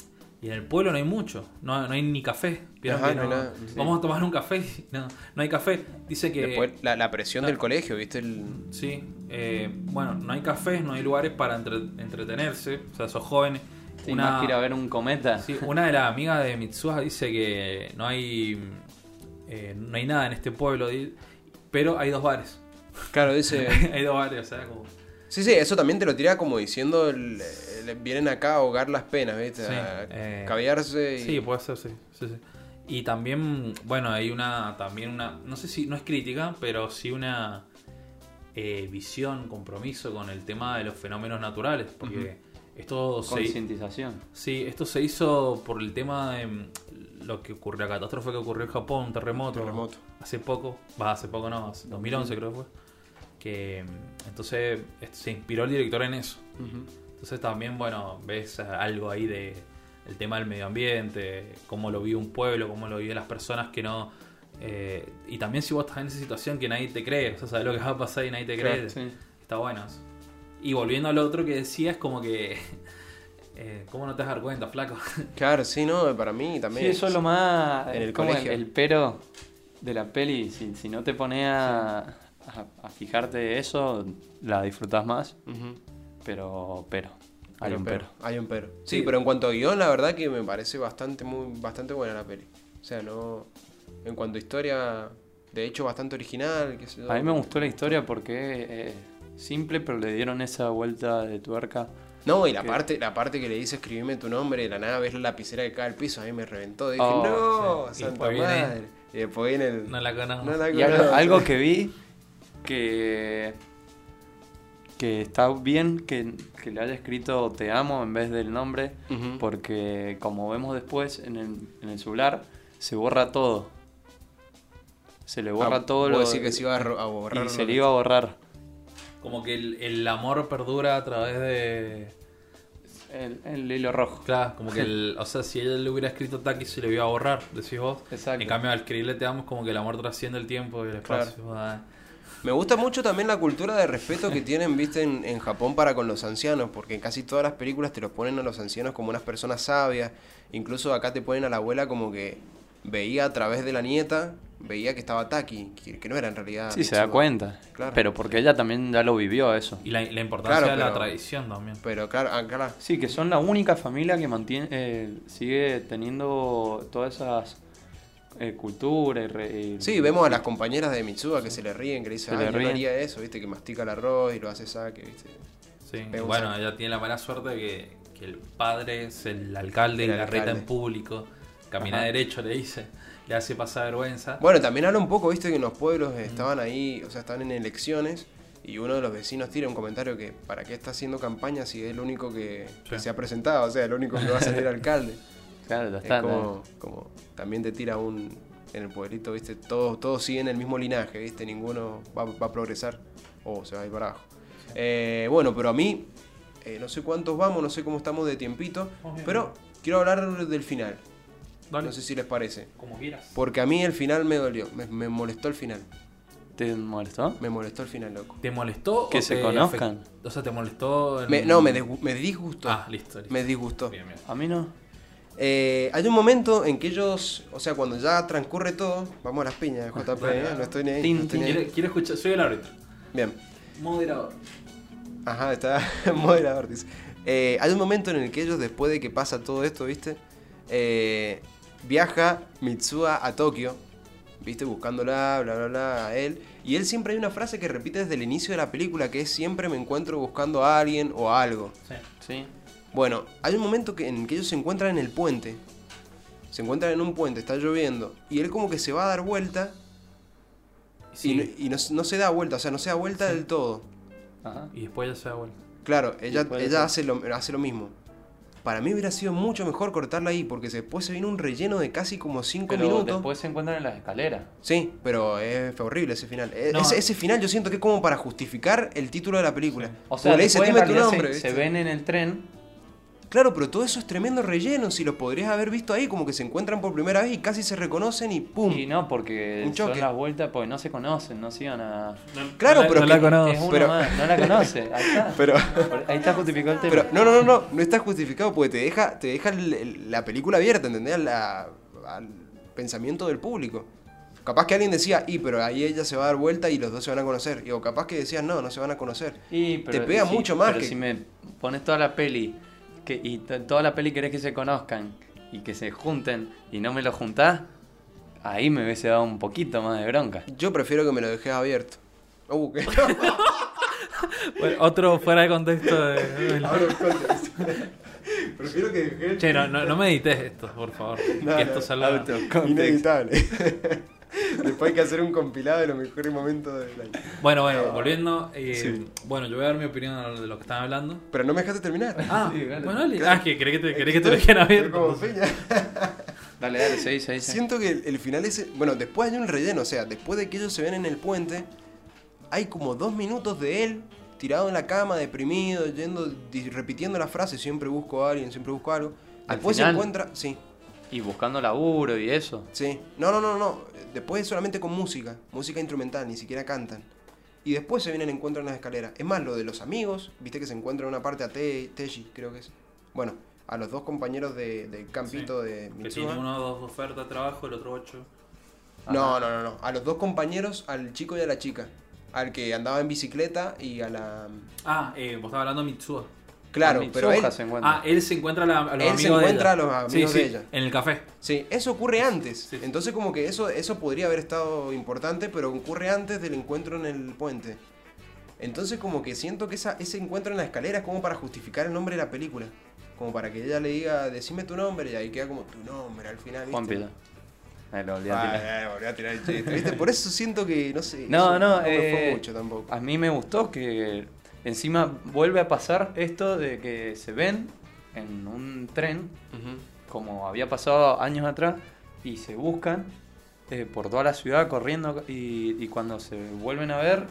y en el pueblo no hay mucho. No, no hay ni café. ¿Vieron
Ajá,
que
no hay
no-
nada, sí.
Vamos a tomar un café. No, no hay café. Dice que...
Después, la, la presión
no.
del colegio, ¿viste? El...
Sí, eh, bueno, no hay cafés, no hay lugares para entre- entretenerse, o sea, sos jóvenes.
Sí, más que ir a ver un cometa.
sí, una de las amigas de Mitsuha dice que no hay eh, no hay nada en este pueblo, di- pero hay dos bares.
Claro, dice.
Hay dos bares, o sea, como...
Sí, sí, eso también te lo tira como diciendo: el- el- vienen acá a ahogar las penas, ¿viste?
Sí,
A
eh,
caviarse. Y...
Sí, puede ser, sí, sí, sí. Y también, bueno, hay una, también una, no sé si, no es crítica, pero sí una eh, visión, compromiso con el tema de los fenómenos naturales, porque esto se,
Concientización.
sí, esto se hizo por el tema de mm, lo que ocurrió, la catástrofe que ocurrió en Japón, un terremoto,
Terremoto.
hace poco, va, hace poco no, hace dos mil once creo que fue, que mm, entonces esto- se inspiró el director en eso.
Ujú.
Entonces también, bueno, ves algo ahí de el tema del medio ambiente, cómo lo vive un pueblo, cómo lo viven las personas que no... eh, y también si vos estás en esa situación que nadie te cree, o sea, sabes lo que va a pasar y nadie te cree,
Claro, sí.
está bueno eso. Y volviendo al otro que decías, como que... eh, ¿Cómo no te vas a dar cuenta, flaco?
Claro, sí, no, para mí también.
Sí, eso es lo más.
En el
es como el,
colegio.
el pero de la peli. Si, si no te pones a, a, a fijarte eso, la disfrutás más.
Ujú.
Pero, pero. Hay
Pero,
un pero.
Hay un pero. Sí,
Sí.
pero en cuanto a guión, la verdad que me parece bastante muy bastante buena la peli. O sea, no... En cuanto a historia, de hecho, bastante original. Qué sé yo.
A mí me gustó la historia porque es simple, pero le dieron esa vuelta de tuerca.
No, y la
que-
parte, la parte que le dice escribime tu nombre, de la nada ves la lapicera que cae al piso, a mí me reventó. Dije,
Oh,
no,
sí. Y
santa
después viene-
madre. Y después viene el...
No la conozco.
No la
Y algo,
conozco.
algo que vi que. que está bien que, que le haya escrito te amo en vez del nombre.
Ujú.
Porque como vemos después en el, en el celular, se borra todo. Se le borra
Ah,
todo
vos
lo
decís que se iba a ro- a borrar
y se
lo
le
que-
iba a borrar.
Como que el, el amor perdura a través de...
El, el hilo rojo.
Claro, como que el... O sea, si ella le hubiera escrito Taki se le iba a borrar, decís vos.
Exacto.
En cambio, al escribirle te amo, como que el amor trasciende el tiempo y el espacio. Ah,
Me gusta mucho también la cultura de respeto que tienen, viste, en, en Japón para con los ancianos, porque en casi todas las películas te los ponen a los ancianos como unas personas sabias. Incluso acá te ponen a la abuela como que veía a través de la nieta, veía que estaba Taki, que, que no era en realidad.
Sí, se da
Mitsuha.
cuenta.
Claro.
Pero porque ella también ya lo vivió eso.
Y la, la importancia
Claro,
de la
pero-
tradición también.
Pero claro, ah, claro.
Sí, que son la única familia que mantiene, eh, sigue teniendo todas esas eh, culturas. y re- y-
Sí, vemos a las compañeras de Mitsuha que se le ríen, que le dicen,
Se le
ah, yo no
ríen.
haría eso, viste, que mastica el arroz y lo hace saque, viste.
Sí.
Pega un
Bueno,
salto.
ella tiene la mala suerte de que, que el padre es el alcalde
El
y la reta
alcalde.
en público. Camina
Ajá.
derecho, le dice. Le hace pasar vergüenza.
Bueno, también habla un poco, viste, que en los pueblos estaban ahí, o sea, estaban en elecciones Y uno de los vecinos tira un comentario que ¿para qué está haciendo campaña si es el único que, que
Sí.
se ha presentado? O sea, el único que va a salir alcalde.
Claro, ya
Es
está.
como, como también te tira un... En el pueblito, ¿viste? Todos, todos siguen el mismo linaje, ¿viste? Ninguno va, va a progresar o se va a ir para abajo. Eh, bueno, pero a mí, eh, no sé cuántos vamos, no sé cómo estamos de tiempito,
Vamos bien.
pero quiero hablar del final.
Dale.
No sé si les parece.
Como quieras.
Porque a mí el final me dolió, me, me molestó el final.
¿Te molestó?
Me molestó el final, loco.
¿Te molestó
Que
o
se
te
conozcan.
afect- O sea, ¿te molestó? en-
Me- no, me, desgu- me disgustó.
Ah, listo, listo.
Me disgustó.
Bien, bien.
A mí no.
Eh, hay un momento en que ellos, o sea, cuando ya transcurre todo, vamos a las piñas, J P,
Dale,
¿eh?
dale.
No estoy ni ahí.
Tin,
no estoy ni
¿Quiere,
ahí.
quiere escuchar? Soy el árbitro.
Bien.
Moderador.
Ajá, está moderador, dice. Eh, hay un momento en el que ellos, después de que pasa todo esto, ¿viste? Eh, viaja Mitsuha a Tokio, ¿viste? Buscándola, bla, bla, bla, a él. Y él siempre hay una frase que repite desde el inicio de la película, que es siempre me encuentro buscando a alguien o a algo.
Sí.
Sí.
Bueno, hay un momento que, en que ellos se encuentran en el puente. Se encuentran en un puente, está lloviendo. Y él como que se va a dar vuelta
Sí.
y, no, y no, no se da vuelta, o sea, no se da vuelta del todo.
Ajá.
Y después ya se da vuelta.
Claro, ella,
Después de
ella
todo.
hace, lo, hace lo mismo. Para mí hubiera sido mucho mejor cortarla ahí, porque después se viene un relleno de casi como cinco
Pero
minutos.
después se encuentran en las escaleras.
Sí, pero es, fue horrible ese final. E-
No.
Ese, ese final yo siento que es como para justificar el título de la película.
O sea,
Porque le dice,
después en
dime tu
realidad
nombre.
se,
¿viste?
se ven en el tren.
Claro, pero todo eso es tremendo relleno. Si lo podrías haber visto ahí, como que se encuentran por primera vez y casi se reconocen y ¡pum!
Y no, porque
Un
son
choque.
las vueltas, porque no se conocen, no se iban a...
Claro,
no,
pero
no
que-
la conozco.
Es uno
pero-
más, no la conoce. Ahí está.
Pero,
Ahí está justificado el tema.
pero no, no, no, no, no está justificado porque te deja, te deja el- el- la película abierta, ¿entendés? Al, la- al pensamiento del público. Capaz que alguien decía, y pero ahí ella se va a dar vuelta y los dos se van a conocer. Y, o capaz que decían, no, no se van a conocer.
Y, pero
te pega
si-
mucho más
Pero
que-
si me pones toda la peli que, y t- toda la peli querés que se conozcan y que se junten y no me lo juntás, ahí me hubiese dado un poquito más de bronca.
Yo prefiero que me lo dejes abierto. Uh, ¿qué?
Bueno, otro fuera de contexto de... de-
Abro el contexto. Prefiero que dejes...
Che, no, no, no me edites esto, por favor.
No,
que
no,
esto salga...
auto.
Inevitable. Después hay que hacer un compilado de los mejores momentos del año.
Bueno, bueno, volviendo. eh,
Sí.
Bueno, yo voy a dar mi opinión de lo que están hablando.
Pero no me dejaste terminar.
Ah,
Sí, dale.
bueno, dale.
Claro.
Ah, que querés que te, querés que
Es
te lo
estoy-
dejen
estoy como
abierto.
Peña.
Dale, dale, seguí, seguí, seguí.
Siento que el, el final ese... Bueno, después hay un relleno. O sea, después de que ellos se ven en el puente, hay como dos minutos de él tirado en la cama, deprimido, yendo, di- repitiendo la frase, siempre busco a alguien, siempre busco algo.
¿Al
Después se
final?
encuentra... Sí,
Y buscando laburo y eso.
sí. No, no, no, no. Después solamente con música. Música instrumental, ni siquiera cantan. Y después se viene el encuentro en las escaleras. Es más, lo de los amigos, viste que se encuentra en una parte a Te- Teji, creo que es. Bueno, a los dos compañeros de, del campito de
Que
Mitsuha.
tiene uno o dos ofertas de trabajo, el otro ocho.
No, no, no, no. A los dos compañeros, al chico y a la chica. Al que andaba en bicicleta y a la...
Ah, eh, vos estabas hablando de Mitsuha.
Claro,
Con
pero
Mitsuha
él...
se encuentra.
Ah, él se encuentra a, la- a los
Él
amigos
se
de
encuentra
ella.
a los amigos
sí,
de
sí,
ella.
en el café.
Sí, eso ocurre antes.
Sí, sí.
Entonces como que eso, eso podría haber estado importante, pero ocurre antes del encuentro en el puente. Entonces como que siento que esa, ese encuentro en la escalera es como para justificar el nombre de la película. Como para que ella le diga, decime tu nombre, y ahí queda como tu nombre al final, ¿viste?
Juan Pila. Ahí lo volví a
Ah,
tirar.
ya, volví a tirar el chiste, ¿viste? Por eso siento que, no sé,
No,
eso
no,
me fue
eh,
mucho tampoco.
A mí me gustó que encima vuelve a pasar esto de que se ven en un tren,
Ujú.
como había pasado años atrás, y se buscan eh, por toda la ciudad corriendo y, y cuando se vuelven a ver,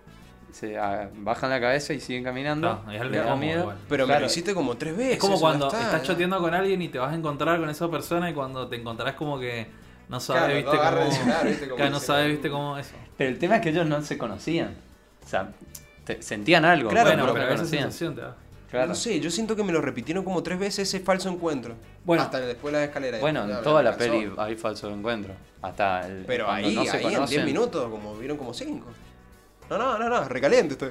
se ah, bajan la cabeza y siguen caminando.
No, es algo
le da
incómodo
miedo.
igual.
Pero me
Claro.
lo hiciste como tres veces.
Es como
eso
cuando
ya está,
estás
ya.
choteando con alguien y te vas a encontrar con esa persona y cuando te encontrás como que no sabes,
Claro,
viste,
no agarra el
cómo...
celular, viste, como
Claro, no
dice,
sabes,
¿no?
viste, cómo eso.
Pero el tema es que ellos no se conocían. O sea, te- sentían algo.
Claro,
Bueno,
no
pero
se
esa
conocían.
sensación te da.
Claro.
No sé, yo siento que me lo repitieron como tres veces ese falso encuentro.
Bueno.
Hasta después de las escaleras.
Bueno,
Ya,
en
me
toda la
cansó.
peli hay falso encuentro. Hasta el.
Pero
cuando
ahí,
no se
ahí en diez
conocen.
minutos, como vieron como cinco. No, no, no, no, recaliente estoy.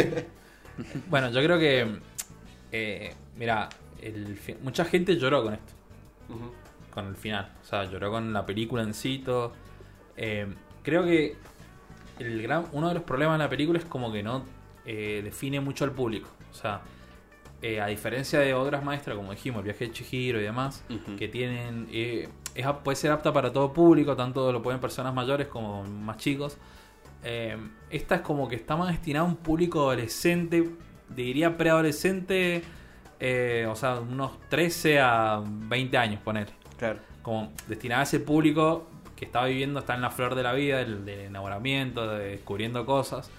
Bueno, yo creo que... Eh, mira, el fi- mucha gente lloró con esto.
Ujú.
Con el final. O sea, lloró con la película en sí, todo. Eh, creo que el gran, uno de los problemas de la película es como que no eh, define mucho al público. O sea, eh, a diferencia de otras maestras, como dijimos, el viaje de Chihiro y demás,
Ujú.
que tienen... eh, es, ap- puede ser apta para todo público, tanto lo pueden personas mayores como más chicos. Eh, esta es como que está más destinada a un público adolescente, diría preadolescente, eh, o sea, unos trece a veinte años, poner.
Claro.
Como destinada a ese público que está viviendo, está en la flor de la vida, del, del enamoramiento, de descubriendo cosas.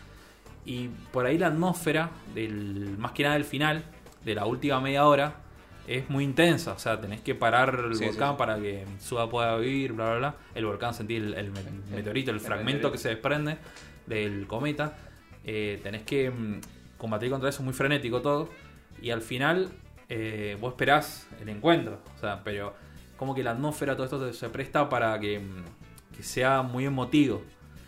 Y por ahí la atmósfera, del más que nada del final, de la última media hora, es muy intensa. O sea, tenés que parar el
Sí,
volcán
sí, sí.
para que Suda pueda vivir, bla, bla, bla. El volcán, sentir el, el me- meteorito, el,
el
fragmento
meteorito.
que se desprende del cometa. Eh, tenés que mm, combatir contra eso, muy frenético todo. Y al final, eh, vos esperás el encuentro. O sea, pero como que la atmósfera, todo esto se presta para que, mm, que sea muy emotivo.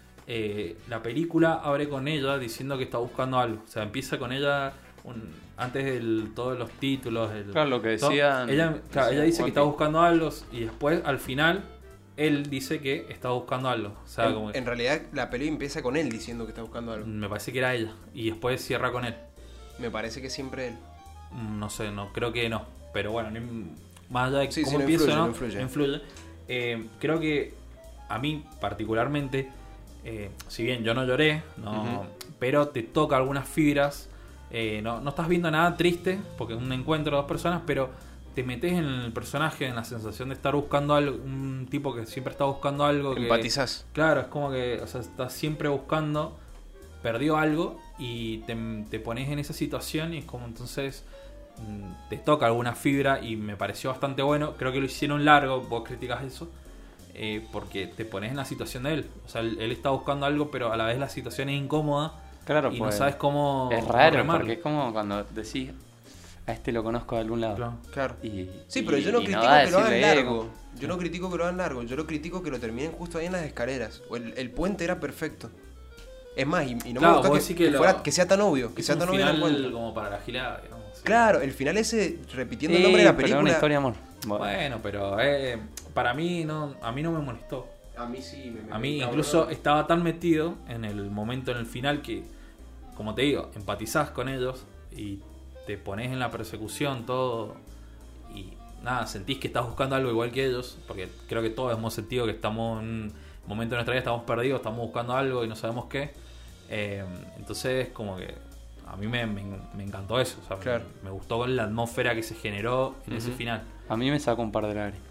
Eh, la película abre con ella diciendo que está buscando algo. O sea, empieza con ella un- antes de todos los títulos. el-
Claro, lo que
todo.
decían.
Ella, claro,
decían
ella dice que
One
está
Piece.
buscando algo y después, al final, él dice que está buscando algo. O sea,
en,
como que-
en realidad la peli empieza con él diciendo que está buscando algo.
me parece que era ella. Y después cierra con él.
Me parece que siempre él.
Mm, No sé, no creo que no. Pero bueno, ni- más allá de
Sí, sí,
cómo
no
empieza,
influye,
¿no?
no influye.
influye. Eh, creo que a mí particularmente, eh, si bien yo no lloré, no,
Ujú.
pero te toca algunas fibras. Eh, no, no estás viendo nada triste, porque es un encuentro de dos personas, pero te metes en el personaje, en la sensación de estar buscando algo, un tipo que siempre está buscando algo. Que,
Empatizás.
Claro, es como que, o sea, estás siempre buscando, perdió algo y te, te pones en esa situación y es como entonces mm, te toca alguna fibra y me pareció bastante bueno. Creo que lo hicieron largo, vos criticas eso, eh, porque te pones en la situación de él. O sea, él, él está buscando algo, pero a la vez la situación es incómoda
Claro,
y
pues,
no sabes cómo
es
cómo
raro,
remarlo.
porque es como cuando decís, a este lo conozco de algún lado.
Claro.
Claro.
Y,
Sí, pero
y-
yo no
y
critico
va a
que lo hagan
decirle,
largo.
eh,
Yo no critico que lo hagan largo. Yo lo critico que lo terminen justo ahí en las escaleras. O el, el puente era perfecto. Es más, y, y no
Claro,
me gustó
vos
que,
decís que
que
lo-
fuera- que sea tan obvio. Que
Es
sea
un
tan obvio el
final
encuentro.
como para la gilada, digamos. sí.
Claro, el final ese, repitiendo
Sí,
el nombre de la
pero es una
película.
historia de amor. Bueno,
Bueno, pero eh, para mí no, a mí no me molestó.
A mí sí me
A mí
me
incluso
cabrón.
estaba tan metido en el momento, en el final, que, como te digo, empatizás con ellos y te pones en la persecución, todo, y nada, sentís que estás buscando algo igual que ellos, porque creo que todos hemos sentido que estamos en un momento de nuestra vida, estamos perdidos, estamos buscando algo y no sabemos qué. Eh, entonces, como que a mí me, me, me encantó eso, o sea, me-
Claro.
me, gustó con la atmósfera que se generó en ese
Ujú.
final.
a mí me sacó un par de lágrimas.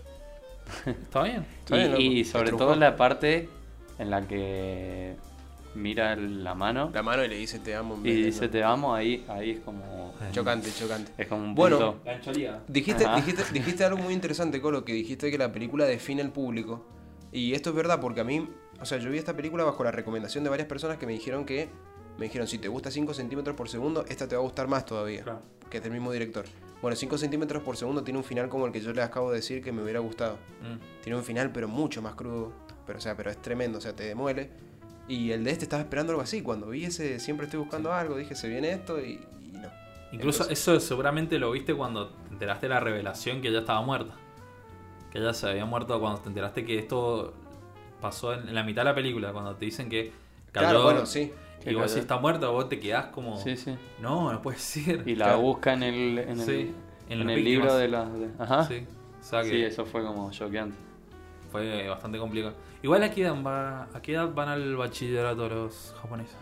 ¿Está bien?
Está
Y,
bien, loco.
y
Te
sobre
trufó.
todo la parte en la que mira la mano
La mano y le dice te amo. en
y
vez de
dice
no.
te amo, ahí, ahí es como,
Chocante, chocante.
es como un
Bueno,
punto.
La encholía.
Dijiste,
Ajá.
dijiste, dijiste algo muy interesante, Colo, que dijiste que la película define el público. Y esto es verdad, porque a mí, o sea, yo vi esta película bajo la recomendación de varias personas que me dijeron que, me dijeron, si te gusta cinco centímetros por segundo, esta te va a gustar más todavía,
Claro.
que es del mismo director. Bueno, cinco centímetros por segundo tiene un final como el que yo les acabo de decir que me hubiera gustado.
Mm.
Tiene un final, pero mucho más crudo. Pero, o sea, pero es tremendo, o sea, te demuele. Y el de este estaba esperando algo así. Cuando vi ese, siempre estoy buscando algo, dije, se viene esto y, y no.
Incluso
Entonces-
eso seguramente lo viste cuando te enteraste de la revelación que ella estaba muerta. Que ella se había muerto cuando te enteraste que esto pasó en, en la mitad de la película, cuando te dicen que cayó
Claro, bueno, sí.
y
Que
vos
cayó.
si está muerta, vos te quedás como
Sí, sí.
no, no puede ser.
Y la
Claro.
busca en el, en el,
Sí, en
en
las
el
víctimas.
libro de las... de- Ajá.
Sí, o sea que
Sí, eso fue como choqueante.
fue bastante complicado. Igual a qué edad, va- a qué edad van al bachillerato los japoneses.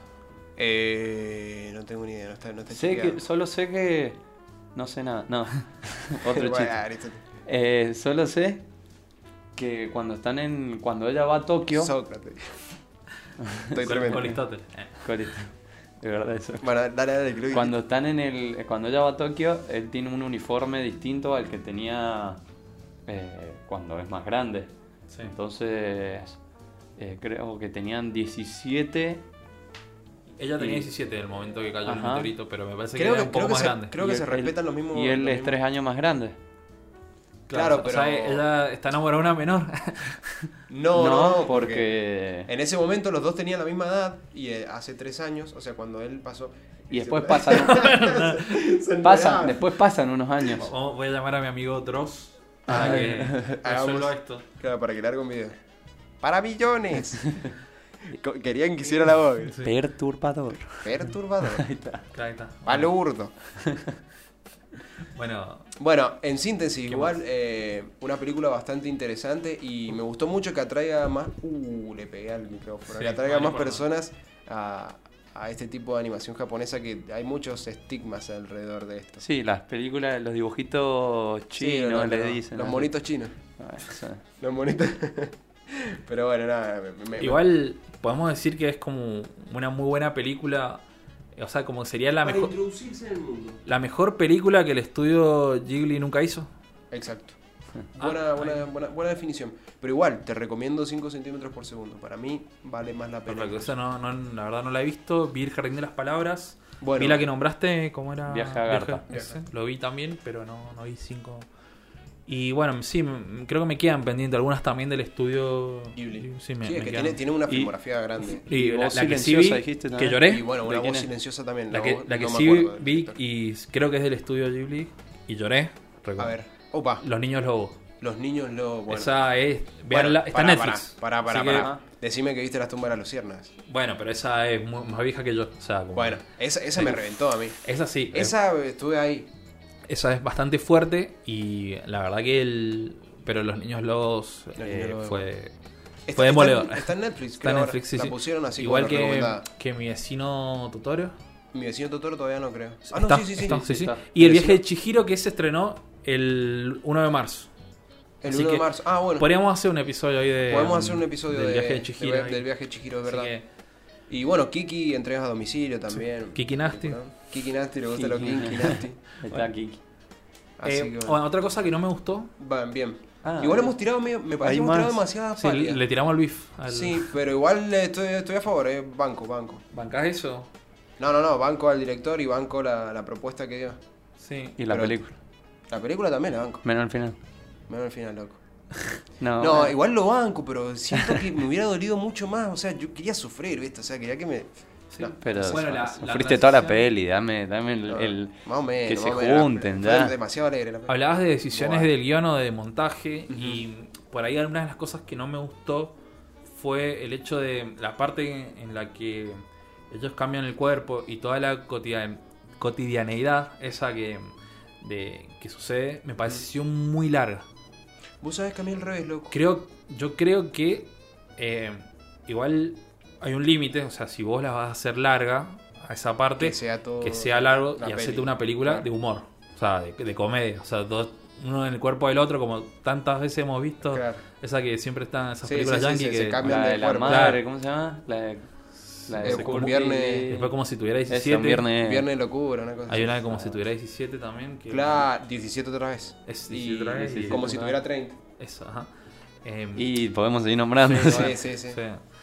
Eh, no tengo ni idea, no está, no está
Sé
chequeado.
que, solo sé que... No sé nada, no. Otro
Bueno,
chiste.
Aristóteles.
Eh, solo sé que cuando están en... Cuando ella va a Tokio...
Sócrates. Estoy
Con-
tremendo.
con Aristóteles. Eh.
Correcto. De verdad eso.
Bueno, dale, dale, creo que-
Cuando están en el... Cuando ella va a Tokio, él tiene un uniforme distinto al que tenía eh, cuando es más grande.
Sí.
Entonces... eh, creo que tenían diecisiete...
Ella tenía
y-
diecisiete en el momento que cayó el
Ajá.
meteorito, pero me parece
Creo
que era
que,
un poco
creo que
más
se,
grande.
creo que
Y
se
él-
respetan los mismos.
Y él
los
es
mismos-
tres años más grande.
Claro,
o
pero-
sea, ella está enamorada de una menor.
No, no,
porque...
En ese momento los dos tenían la misma edad y eh, hace tres años, o sea, cuando él pasó.
Y después
se-
pasan,
se
pasan,
enredaban.
después pasan unos años.
Vamos- Voy a llamar a mi amigo Dross para que
Hagamos-
resuelva esto.
Claro, para que le haga un video. ¡Para millones! Co- Querían que hiciera la voz.
Perturbador.
Perturbador.
Ahí está.
Ahí está.
Palurdo.
Bueno,
Bueno, en síntesis,
¿Qué
igual,
más?
eh, una película bastante interesante y me gustó mucho que atraiga más... Uh, le pegué al micrófono.
Sí,
que atraiga
no, no
más
importa.
personas a, a este tipo de animación japonesa, que hay muchos estigmas alrededor de esto.
Sí, las películas, los dibujitos chinos,
los,
le
los-
dicen.
Los
así.
monitos chinos.
Ah, eso.
Los monitos... Pero bueno, nada. me- me-
igual podemos decir que es como una muy buena película. O sea, como sería la
Para
mejor,
introducirse en el mundo.
la mejor película que el estudio Ghibli nunca hizo.
Exacto.
Ah,
Buena,
ahí.
buena, buena, buena definición. Pero igual, te recomiendo cinco centímetros por segundo. Para mí vale más la pena.
Perfecto, esa no, no, la verdad no la he visto. Vi el Jardín de las Palabras.
Bueno,
Vi la que nombraste, ¿cómo era?
Viaje a Agartha.
ese. Lo vi también, pero no, no vi cinco. Y bueno, sí, m- creo que me quedan pendientes algunas también del estudio
Ghibli.
Sí, me,
Sí, es
me
que
quedan.
tiene, tiene una
Y-
filmografía grande.
Y la,
Voz
la que sí
silenciosa
vi,
dijiste
que
también.
lloré,
Y bueno, una
¿De quién
voz
es?
silenciosa también.
la que,
voz-
la que
no me
sí
acuerdo del
vi
director.
y creo que es del estudio Ghibli y lloré.
A ver, opa,
Los Niños Lobos.
los niños lo. Bueno.
Esa es.
Bueno,
Veanla, está
pará,
en Netflix.
Pará, pará,
Así
pará.
que-
pará. Decime que viste las tumbas de las luciérnagas.
Bueno, pero esa es mu- más vieja que yo. O sea, como-
Bueno, esa, esa
Sí.
me reventó a mí.
Esa sí. es-
Esa eh, estuve ahí.
esa es bastante fuerte y la verdad que el. Pero Los Niños Lobos
Los
eh,
Niños Lobos.
fue.
Está,
Fue demoledor.
Está, en- está en Netflix.
Está
creo
en
ahora.
Netflix, sí,
La
sí.
pusieron así.
Igual
bueno,
que,
recomendada.
que mi vecino Totoro.
Mi vecino Totoro todavía no creo. Ah,
Está,
no, sí, sí, sí.
está, sí, sí.
está.
Y el
Mi
viaje de
vecino-
Chihiro que se estrenó el uno de marzo.
El
Así
uno de
que
marzo. Ah, bueno.
Podríamos hacer un episodio ahí de.
Podemos hacer un episodio
del
de-
viaje de Chihiro.
de-
ahí.
del viaje de Chihiro, es
Así
verdad.
que,
Y bueno, Kiki entregas a domicilio también.
Kiki Nasty.
Kiki Nasty, le gusta lo
Kiki.
Kiki Nasty.
Ahí está Kiki.
Así
eh,
que bueno.
bueno, otra cosa que no me gustó.
Van bien.
Ah,
igual hemos tirado medio, me parece
hay
que hemos tirado
más.
demasiadas
Sí,
palias.
le tiramos el beef. Al...
Sí, pero igual eh, estoy, estoy a favor, eh. Banco, banco.
¿Bancás eso?
No, no, no, banco al director y banco la, la propuesta que dio.
Sí.
Y la
Pero-
película.
La película también la banco.
Menos al final.
Menos al final, loco.
No,
No,
eh,
igual lo banco, pero siento que me hubiera dolido mucho más. O sea, yo quería sufrir, ¿viste? O sea, quería que me.
Sí.
No,
pero
Bueno, la- la
sufriste toda la
transición-
peli, dame, dame el,
no,
el-
más o menos.
que
más
se
o menos.
junten,
Fue
ya.
demasiado alegre la película.
Hablabas de decisiones
Buah.
del guión o de montaje y por ahí alguna de las cosas que no me gustó fue el hecho de la parte en la que ellos cambian el cuerpo y toda la cotidian- cotidianeidad esa que, de, que sucede me pareció muy larga.
Vos sabés que a mí al revés, loco.
Creo, yo creo que eh, igual hay un límite, o sea, si vos la vas a hacer larga a esa parte,
Que sea todo.
que sea largo
la
y hacerte
peli.
una película
Claro.
de humor, o sea, de, de comedia, o sea, dos, uno en el cuerpo del otro, como tantas veces hemos visto,
Claro.
esa que siempre están en esas
Sí,
películas
sí, sí,
yankee
sí,
que
se cambian
la
de
de la
cuerpo.
madre,
Claro.
¿cómo se llama? La de, la de
Eh,
Sekuki.
un viernes-
después como si tuviera
Esa,
diecisiete,
un viernes.
Viernes de locura, una cosa
hay
así.
una de como si tuviera diecisiete también, que
Claro, diecisiete otra vez.
es
Y
diecisiete otra vez, y-
como si
otra
tuviera
vez.
treinta.
eso, ajá. Em,
Y podemos seguir nombrando.
Sí, sí, sí. sí.
Sí.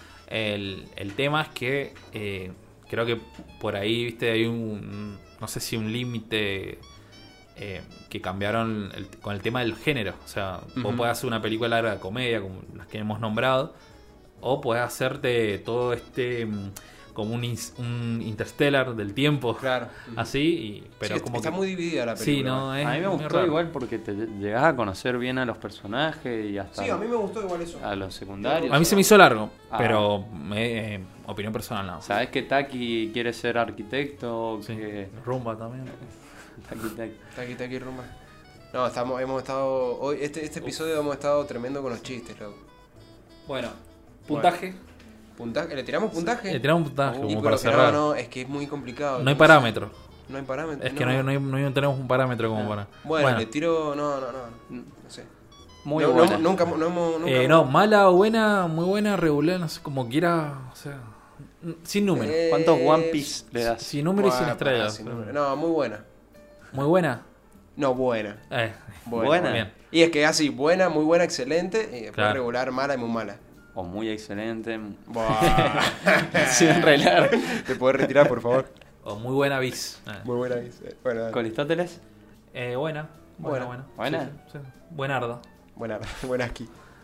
El, el tema es que eh, creo que por ahí, viste, hay un, no sé si un límite eh, que cambiaron el- con el tema del género. O sea, vos
Ujú.
podés hacer una película larga de comedia, como las que hemos nombrado, o podés hacerte todo este, mm, como un, ins- un Interstellar del tiempo,
Claro.
así, y, pero
Sí,
como
está
que-
muy dividida la película.
Sí, no, es
A mí me
muy
gustó
raro.
igual porque te llegás a conocer bien a los personajes y hasta
Sí, a mí me gustó igual eso.
a los secundarios.
A mí se me hizo largo,
Ah.
pero me- eh, opinión personal, no.
¿Sabes que Taki quiere ser arquitecto?
Sí.
Que...
Rumba también.
Taki, Taki.
Está aquí, está aquí, rumba. No, estamos, hemos estado. Hoy, este, este episodio hemos estado tremendo con los chistes, loco.
Bueno, puntaje.
Puntaje, ¿le tiramos puntaje?
Le tiramos un puntaje
Y
como
pero
para
que
cerrar.
no, no, es que es muy complicado.
No hay parámetro.
No hay parámetro.
Es que no, hay- no, hay- no hay- tenemos un parámetro como para.
Bueno, le tiro. No, no, no. No sé.
Muy
No, no,
buena.
nunca, no hemos. Nunca
Eh, no, mala o buena, muy buena, regular, no sé, como quiera. O sea, n- sin número.
Eh,
¿Cuántos One Piece le das?
Sin número y sin
Bueno,
estrellas.
sin número. No, muy buena.
Muy buena.
No, buena.
Eh,
Buena.
Buena.
bien.
Y es que así, buena, muy buena, excelente. Y después
Claro.
regular, mala y muy mala.
O muy excelente.
Buah.
Sí, en realidad.
¿Te puedes retirar, por favor?
O muy buena bis. Eh,
Muy buena. dice. Bueno, dale.
¿Con Aristóteles?
Eh, buena. Buena,
Buena.
buena.
¿Buena?
Sí, sí, sí. Buenarda.
buena, buena aquí.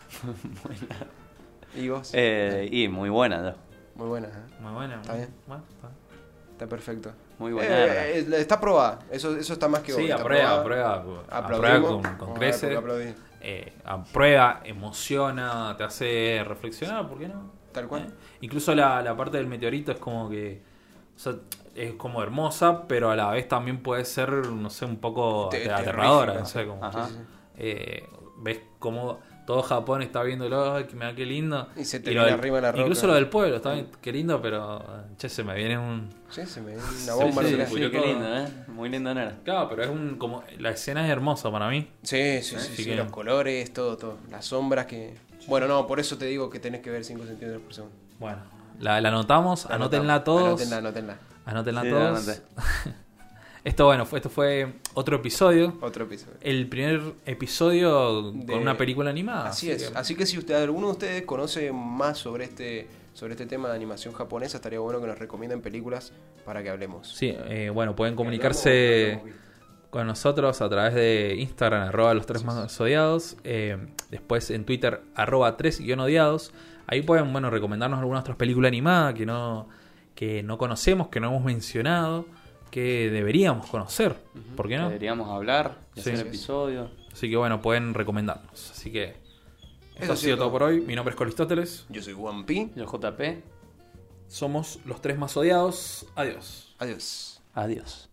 ¿Y vos?
Eh, y muy buena, ¿no?
Muy buena, ¿eh?
Muy buena.
Está bien.
Bueno, está bien.
Está perfecto.
Muy buena.
Eh, eh, está aprobada. Eso, eso está más que
Sí,
obvio, está
aprueba,
aprobada.
aprueba.
Aplaudimos.
Aprueba con, con
Vamos a ver por
creces.
qué aplaudí.
Eh, aprueba, emociona, te hace reflexionar, ¿por qué no?
Tal cual.
Eh, Incluso la, la parte del meteorito es como que O sea, es como hermosa, pero a la vez también puede ser, no sé, un poco
Te-
aterradora.
terrífica,
No sé, como,
Ajá.
Sí, sí.
eh, ves como todo Japón está viéndolo, ay, que me da qué lindo.
Y se te
lo
viene
del-
arriba la roca.
Incluso lo del pueblo, está bien, qué lindo, pero che, se me viene un...
Sí, se me viene una
Sí,
bomba.
sí,
nuclear.
sí.
Sí, qué lindo, ¿eh? Muy lindo no era.
Claro, pero es un como la escena es hermosa para mí.
Sí, sí, sí,
Así
sí,
que-
los colores, todo, todo. Las sombras que... Bueno, no, por eso te digo que tenés que ver cinco centímetros por segundo.
Bueno, la, la anotamos,
La
anótenla
anotamos.
todos.
Anótenla, anótenla.
Anótenla
Sí,
todos.
anoté.
Esto bueno, fue, esto fue otro episodio.
Otro episodio.
El primer episodio
De-
con una película animada.
Así es.
que-
Así que si usted, alguno de ustedes conoce más sobre este, sobre este tema de animación japonesa, estaría bueno que nos recomienden películas para que hablemos.
Sí, eh, bueno, pueden
Que
comunicarse
hablamos, hablamos bien.
con nosotros a través de Instagram, arroba los tres más odiados. eh, después en Twitter, arroba tres guión odiados. Ahí pueden, bueno, recomendarnos alguna otra película animada que no, que no conocemos, que no hemos mencionado, que deberíamos conocer. ¿Por qué no?
Deberíamos hablar y
Sí.
hacer episodios.
Así que bueno, pueden recomendarnos. Así que esto
Eso
ha
ha
sido
sido
todo
todo.
por hoy. Mi nombre es Coristóteles.
Yo soy One P.
Yo J P.
Somos los tres más odiados. Adiós.
Adiós.
Adiós.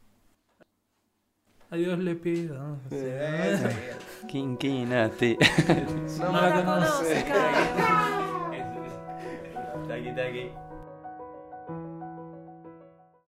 Adiós le pido.
Quinquinati.
No
No la conoce.
Taqui, taqui.